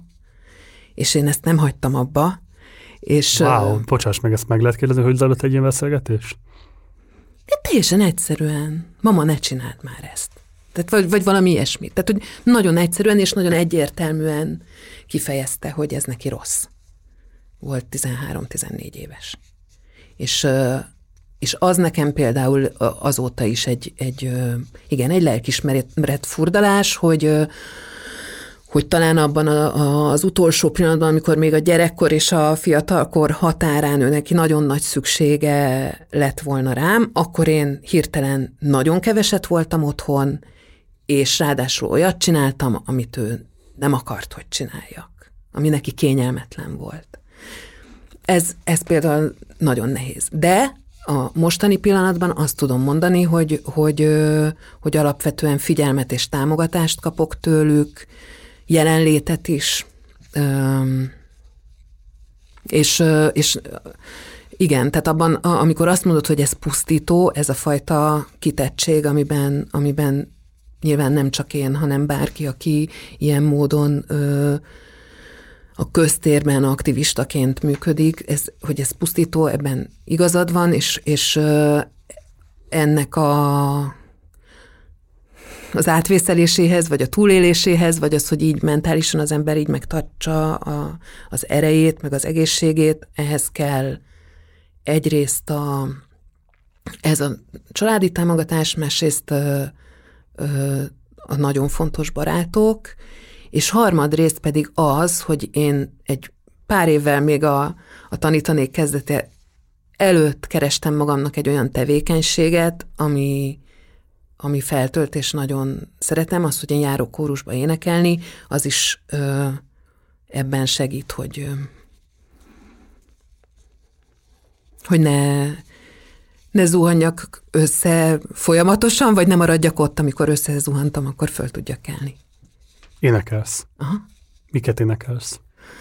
És én ezt nem hagytam abba. És, wow, bocsáss meg, ezt meg lehet kérdezni, hogy zajlott egy ilyen beszélgetés? De teljesen egyszerűen. Mama, ne csináld már ezt. Tehát, vagy, vagy valami ilyesmi. Tehát, hogy nagyon egyszerűen és nagyon egyértelműen kifejezte, hogy ez neki rossz. Volt tizenhárom-tizennégy éves. És, és az nekem például azóta is egy, egy igen, egy lelkiismeret furdalás, hogy, hogy talán abban a, a, az utolsó pillanatban, amikor még a gyerekkor és a fiatalkor határán ő neki nagyon nagy szüksége lett volna rám, akkor én hirtelen nagyon keveset voltam otthon, és ráadásul olyat csináltam, amit ő nem akart, hogy csináljak, ami neki kényelmetlen volt. Ez, ez például nagyon nehéz. De a mostani pillanatban azt tudom mondani, hogy, hogy, hogy alapvetően figyelmet és támogatást kapok tőlük, jelenlétet is, és, és igen, tehát abban, amikor azt mondod, hogy ez pusztító, ez a fajta kitettség, amiben, amiben nyilván nem csak én, hanem bárki, aki ilyen módon ö, a köztérben aktivistaként működik, ez, hogy ez pusztító, ebben igazad van, és, és ö, ennek a, az átvészeléséhez, vagy a túléléséhez, vagy az, hogy így mentálisan az ember így megtartsa a, az erejét, meg az egészségét, ehhez kell egyrészt a, ez a családi támogatás, másrészt ö, a nagyon fontos barátok, és harmadrészt pedig az, hogy én egy pár évvel még a, a tanítanék kezdete előtt kerestem magamnak egy olyan tevékenységet, ami, ami feltölt, és nagyon szeretem, az, hogy én járok kórusba énekelni, az is ö, ebben segít, hogy, ö, hogy ne... ne zuhanjak össze folyamatosan, vagy ne maradjak ott, amikor összezuhantam, akkor föl tudjak kelni. Énekelsz. Aha. Miket énekelsz?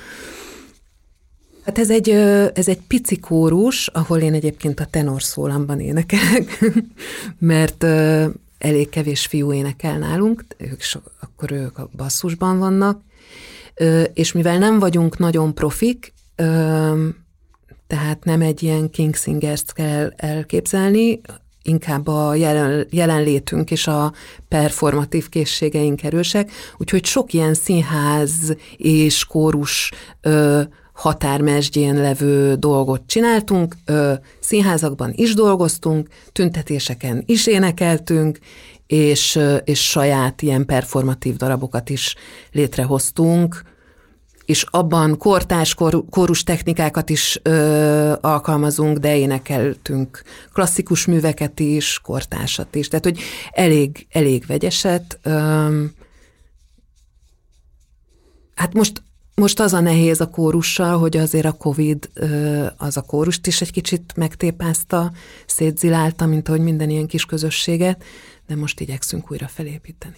Hát ez egy, ez egy pici kórus, ahol én egyébként a tenorszólamban énekelek, mert elég kevés fiú énekel nálunk, ők so, akkor ők a basszusban vannak, és mivel nem vagyunk nagyon profik, tehát nem egy ilyen King Singers-t kell elképzelni, inkább a jelen, jelenlétünk és a performatív készségeink erősek, úgyhogy sok ilyen színház és kórus ö, határmesdjén levő dolgot csináltunk, ö, színházakban is dolgoztunk, tüntetéseken is énekeltünk, és, ö, és saját ilyen performatív darabokat is létrehoztunk, és abban kortárs kor, kórus technikákat is ö, alkalmazunk, de énekeltünk klasszikus műveket is, kortársat is, tehát hogy elég, elég vegyeset. Ö, hát most, most az a nehéz a kórussal, hogy azért a Covid ö, az a kórust is egy kicsit megtépázta, szétzilálta, mint ahogy minden ilyen kis közösséget, de most igyekszünk újra felépíteni.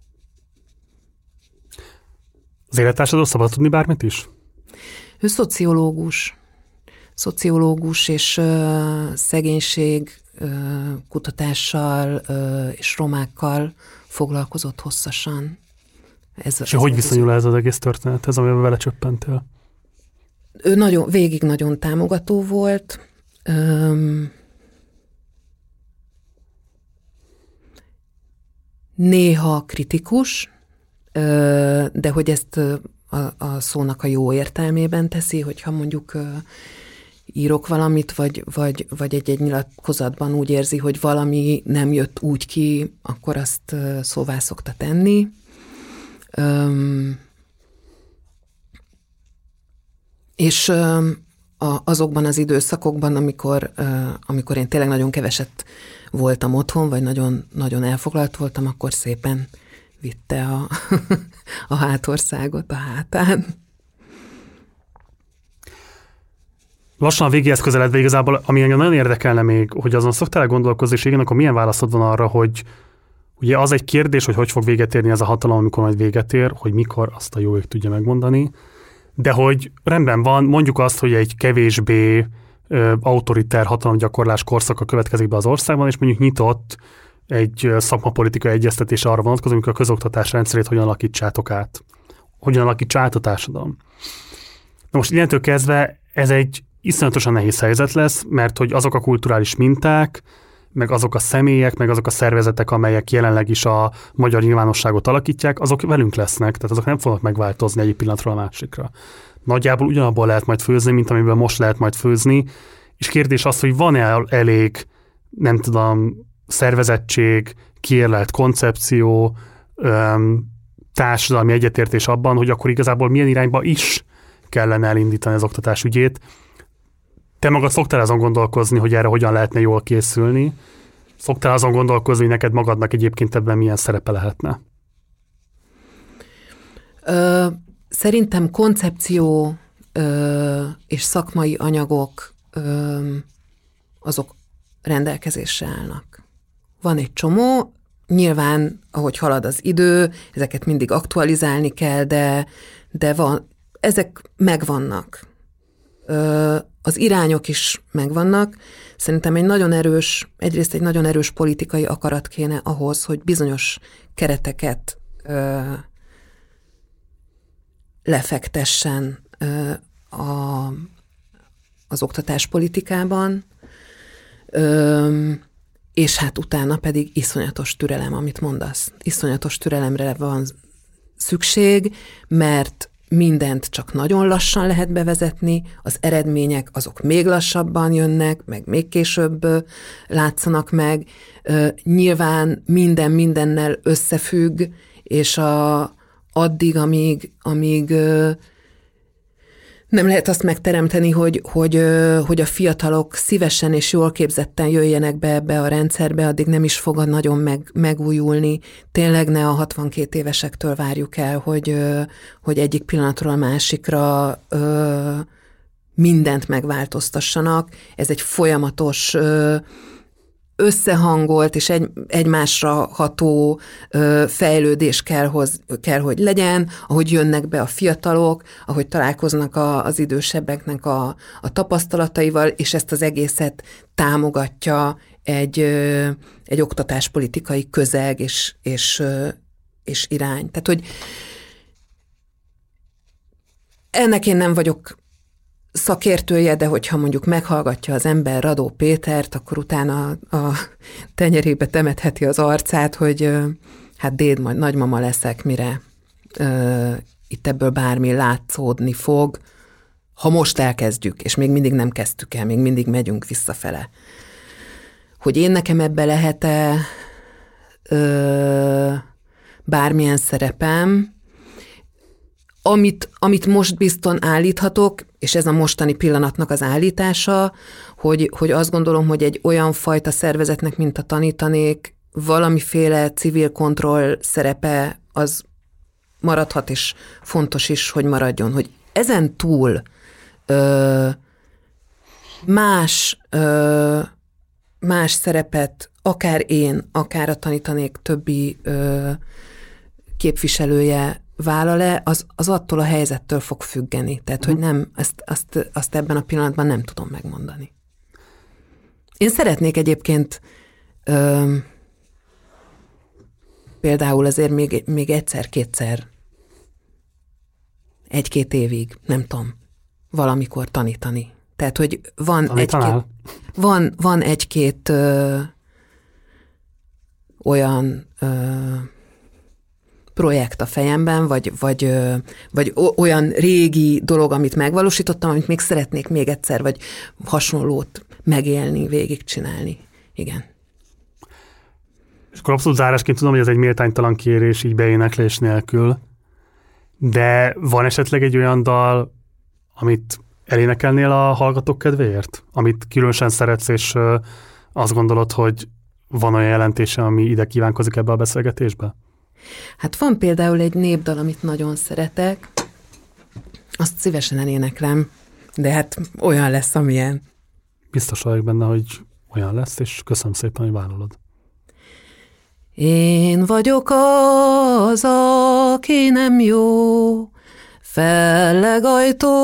Az élettársadról szabad tudni bármit is? Ő szociológus. Szociológus és ö, szegénység ö, kutatással ö, és romákkal foglalkozott hosszasan. Ez, és ez hogy viszonyul ez az egész történethez, amiben vele csöppentél? Ő nagyon, végig nagyon támogató volt. Öm, néha kritikus, de hogy ezt a, a szónak a jó értelmében teszi, hogyha mondjuk írok valamit, vagy, vagy, vagy egy-egy nyilatkozatban úgy érzi, hogy valami nem jött úgy ki, akkor azt szóvá szokta tenni. És azokban az időszakokban, amikor, amikor én tényleg nagyon keveset voltam otthon, vagy nagyon, nagyon elfoglalt voltam, akkor szépen vitte a, a hátországot a hátán. Lassan a végéhez közeledve igazából, ami engem nagyon érdekelne még, hogy azon szoktál gondolkozni, és igen, akkor milyen válaszod van arra, hogy ugye az egy kérdés, hogy hogy fog véget érni ez a hatalom, amikor majd véget ér, hogy mikor, azt a jó ég tudja megmondani, de hogy rendben van, mondjuk azt, hogy egy kevésbé ö, autoritár hatalomgyakorlás korszaka következik be az országban, és mondjuk nyitott egy szakmapolitikai egyeztetés arra vonatkozó, amikor a közoktatás rendszerét hogyan alakítsátok át. Hogyan alakítsa át a társadalom. Na most innentől kezdve ez egy iszonyatosan nehéz helyzet lesz, mert hogy azok a kulturális minták, meg azok a személyek, meg azok a szervezetek, amelyek jelenleg is a magyar nyilvánosságot alakítják, azok velünk lesznek, tehát azok nem fognak megváltozni egyik pillanatról a másikra. Nagyjából ugyanabból lehet majd főzni, mint amiből most lehet majd főzni, és kérdés az, hogy van-e elég, nem tudom, szervezettség, kiérlelt koncepció, öm, társadalmi egyetértés abban, hogy akkor igazából milyen irányba is kellene elindítani az oktatás ügyét. Te magad szoktál azon gondolkozni, hogy erre hogyan lehetne jól készülni? Szoktál azon gondolkozni, hogy neked magadnak egyébként ebben milyen szerepe lehetne? Ö, szerintem koncepció ö, és szakmai anyagok ö, azok rendelkezésre állnak. Van egy csomó, nyilván, ahogy halad az idő, ezeket mindig aktualizálni kell, de, de van, ezek megvannak. Ö, az irányok is megvannak. Szerintem egy nagyon erős, egyrészt egy nagyon erős politikai akarat kéne ahhoz, hogy bizonyos kereteket ö, lefektessen ö, a, az oktatáspolitikában, ö, és hát utána pedig iszonyatos türelem, amit mondasz. Iszonyatos türelemre van szükség, mert mindent csak nagyon lassan lehet bevezetni, az eredmények azok még lassabban jönnek, meg még később látszanak meg. Nyilván minden mindennel összefügg, és a, addig, amíg, amíg nem lehet azt megteremteni, hogy, hogy, hogy a fiatalok szívesen és jól képzetten jöjjenek be ebbe a rendszerbe, addig nem is fog nagyon meg, megújulni. Tényleg ne a hatvankét évesektől várjuk el, hogy, hogy egyik pillanatról a másikra mindent megváltoztassanak. Ez egy folyamatos, összehangolt és egy, egymásra ható ö, fejlődés kell, hoz, kell, hogy legyen, ahogy jönnek be a fiatalok, ahogy találkoznak a, az idősebbeknek a, a tapasztalataival, és ezt az egészet támogatja egy, ö, egy oktatáspolitikai közeg és, és, ö, és irány. Tehát, hogy ennek én nem vagyok szakértője, de hogyha mondjuk meghallgatja az ember Radó Pétert, akkor utána a tenyerébe temetheti az arcát, hogy hát déd, majd nagymama leszek, mire ö, itt ebből bármi látszódni fog, ha most elkezdjük, és még mindig nem kezdtük el, még mindig megyünk visszafele. Hogy én nekem ebbe lehet-e ö, bármilyen szerepem, amit, amit most bizton állíthatok, és ez a mostani pillanatnak az állítása, hogy, hogy azt gondolom, hogy egy olyan fajta szervezetnek, mint a Tanítanék, valamiféle civil kontroll szerepe az maradhat, és fontos is, hogy maradjon. Hogy ezen túl ö, más, ö, más szerepet akár én, akár a Tanítanék többi ö, képviselője vállal-e, az, az attól a helyzettől fog függeni. Tehát, hogy nem, ezt, azt, azt ebben a pillanatban nem tudom megmondani. Én szeretnék egyébként ö, például azért még, még egyszer-kétszer, egy-két évig, nem tudom, valamikor tanítani. Tehát, hogy van egy-két, van, van egy-két ö, olyan ö, projekt a fejemben, vagy, vagy, ö, vagy olyan régi dolog, amit megvalósítottam, amit még szeretnék még egyszer, vagy hasonlót megélni, végigcsinálni. Igen. És akkor abszolút zárásként tudom, hogy ez egy méltánytalan kérés így beéneklés nélkül, de van esetleg egy olyan dal, amit elénekelnél a hallgatók kedvéért? Amit különösen szeretsz, és azt gondolod, hogy van olyan jelentése, ami ide kívánkozik ebbe a beszélgetésbe? Hát van például egy népdal, amit nagyon szeretek, azt szívesen eléneklem, de hát olyan lesz, amilyen. Biztos vagyok benne, hogy olyan lesz, és köszönöm szépen, hogy vállalod. Én vagyok az, aki nem jó, fellegajtó,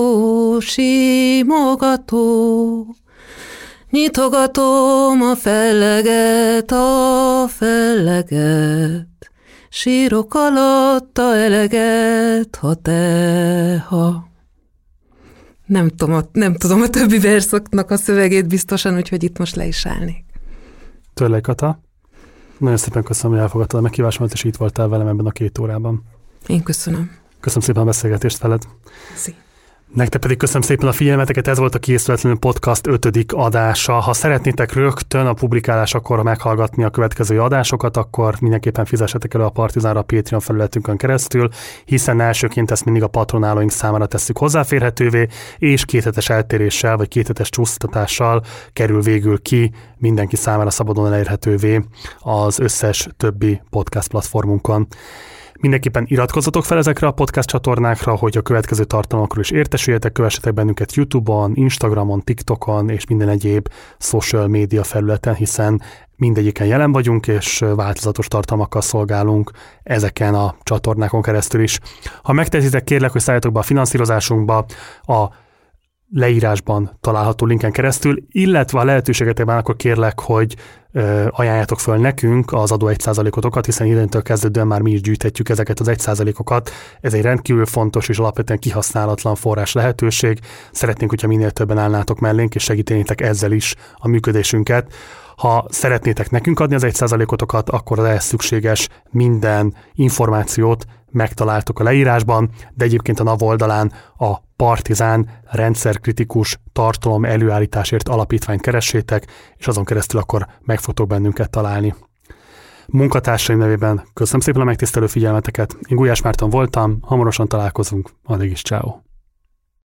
simogató, nyitogatom a felleget, a felleget, sírok alatta eleget, ha te, ha... Nem tudom, a, nem tudom a többi verszaknak a szövegét biztosan, úgyhogy itt most le is állnék. Törlei Kata, nagyon szépen köszönöm, hogy elfogadtad a meghívásomat, és itt voltál velem ebben a két órában. Én köszönöm. Köszönöm szépen a beszélgetést veled. Szí. Nektek pedig köszönöm szépen a figyelmeteket, ez volt a Készületlenül Podcast ötödik adása. Ha szeretnétek rögtön a publikálásakor meghallgatni a következő adásokat, akkor mindenképpen fizessetek elő a Partizánra a Patreon felületünkön keresztül, hiszen elsőként ezt mindig a patronálóink számára tesszük hozzáférhetővé, és kéthetes eltéréssel vagy kéthetes csúsztatással kerül végül ki mindenki számára szabadon elérhetővé az összes többi podcast platformunkon. Mindenképpen iratkozzatok fel ezekre a podcast csatornákra, hogy a következő tartalmakról is értesüljetek, kövessetek bennünket YouTube-on, Instagramon, TikTokon és minden egyéb social média felületen, hiszen mindegyiken jelen vagyunk, és változatos tartalmakkal szolgálunk ezeken a csatornákon keresztül is. Ha megteszitek, kérlek, hogy szálljatok be a finanszírozásunkba a leírásban található linken keresztül, illetve a lehetőségetekben akkor kérlek, hogy ö, ajánljátok föl nekünk az adó egy százalékotokat, hiszen idéntől kezdődően már mi is gyűjthetjük ezeket az egy százalékokat. Ez egy rendkívül fontos és alapvetően kihasználatlan forrás lehetőség. Szeretnénk, hogyha minél többen állnátok mellénk, és segítenétek ezzel is a működésünket. Ha szeretnétek nekünk adni az egy százalékotokat, akkor az ehhez szükséges minden információt megtaláltok a leírásban, de egyébként a NAV oldalán a Partizán rendszerkritikus tartalom előállításért alapítványt keressétek, és azon keresztül akkor meg fogtok bennünket találni. Munkatársaim nevében köszönöm szépen a megtisztelő figyelmeteket. Én Gulyás Márton voltam, hamarosan találkozunk, addig is ciao.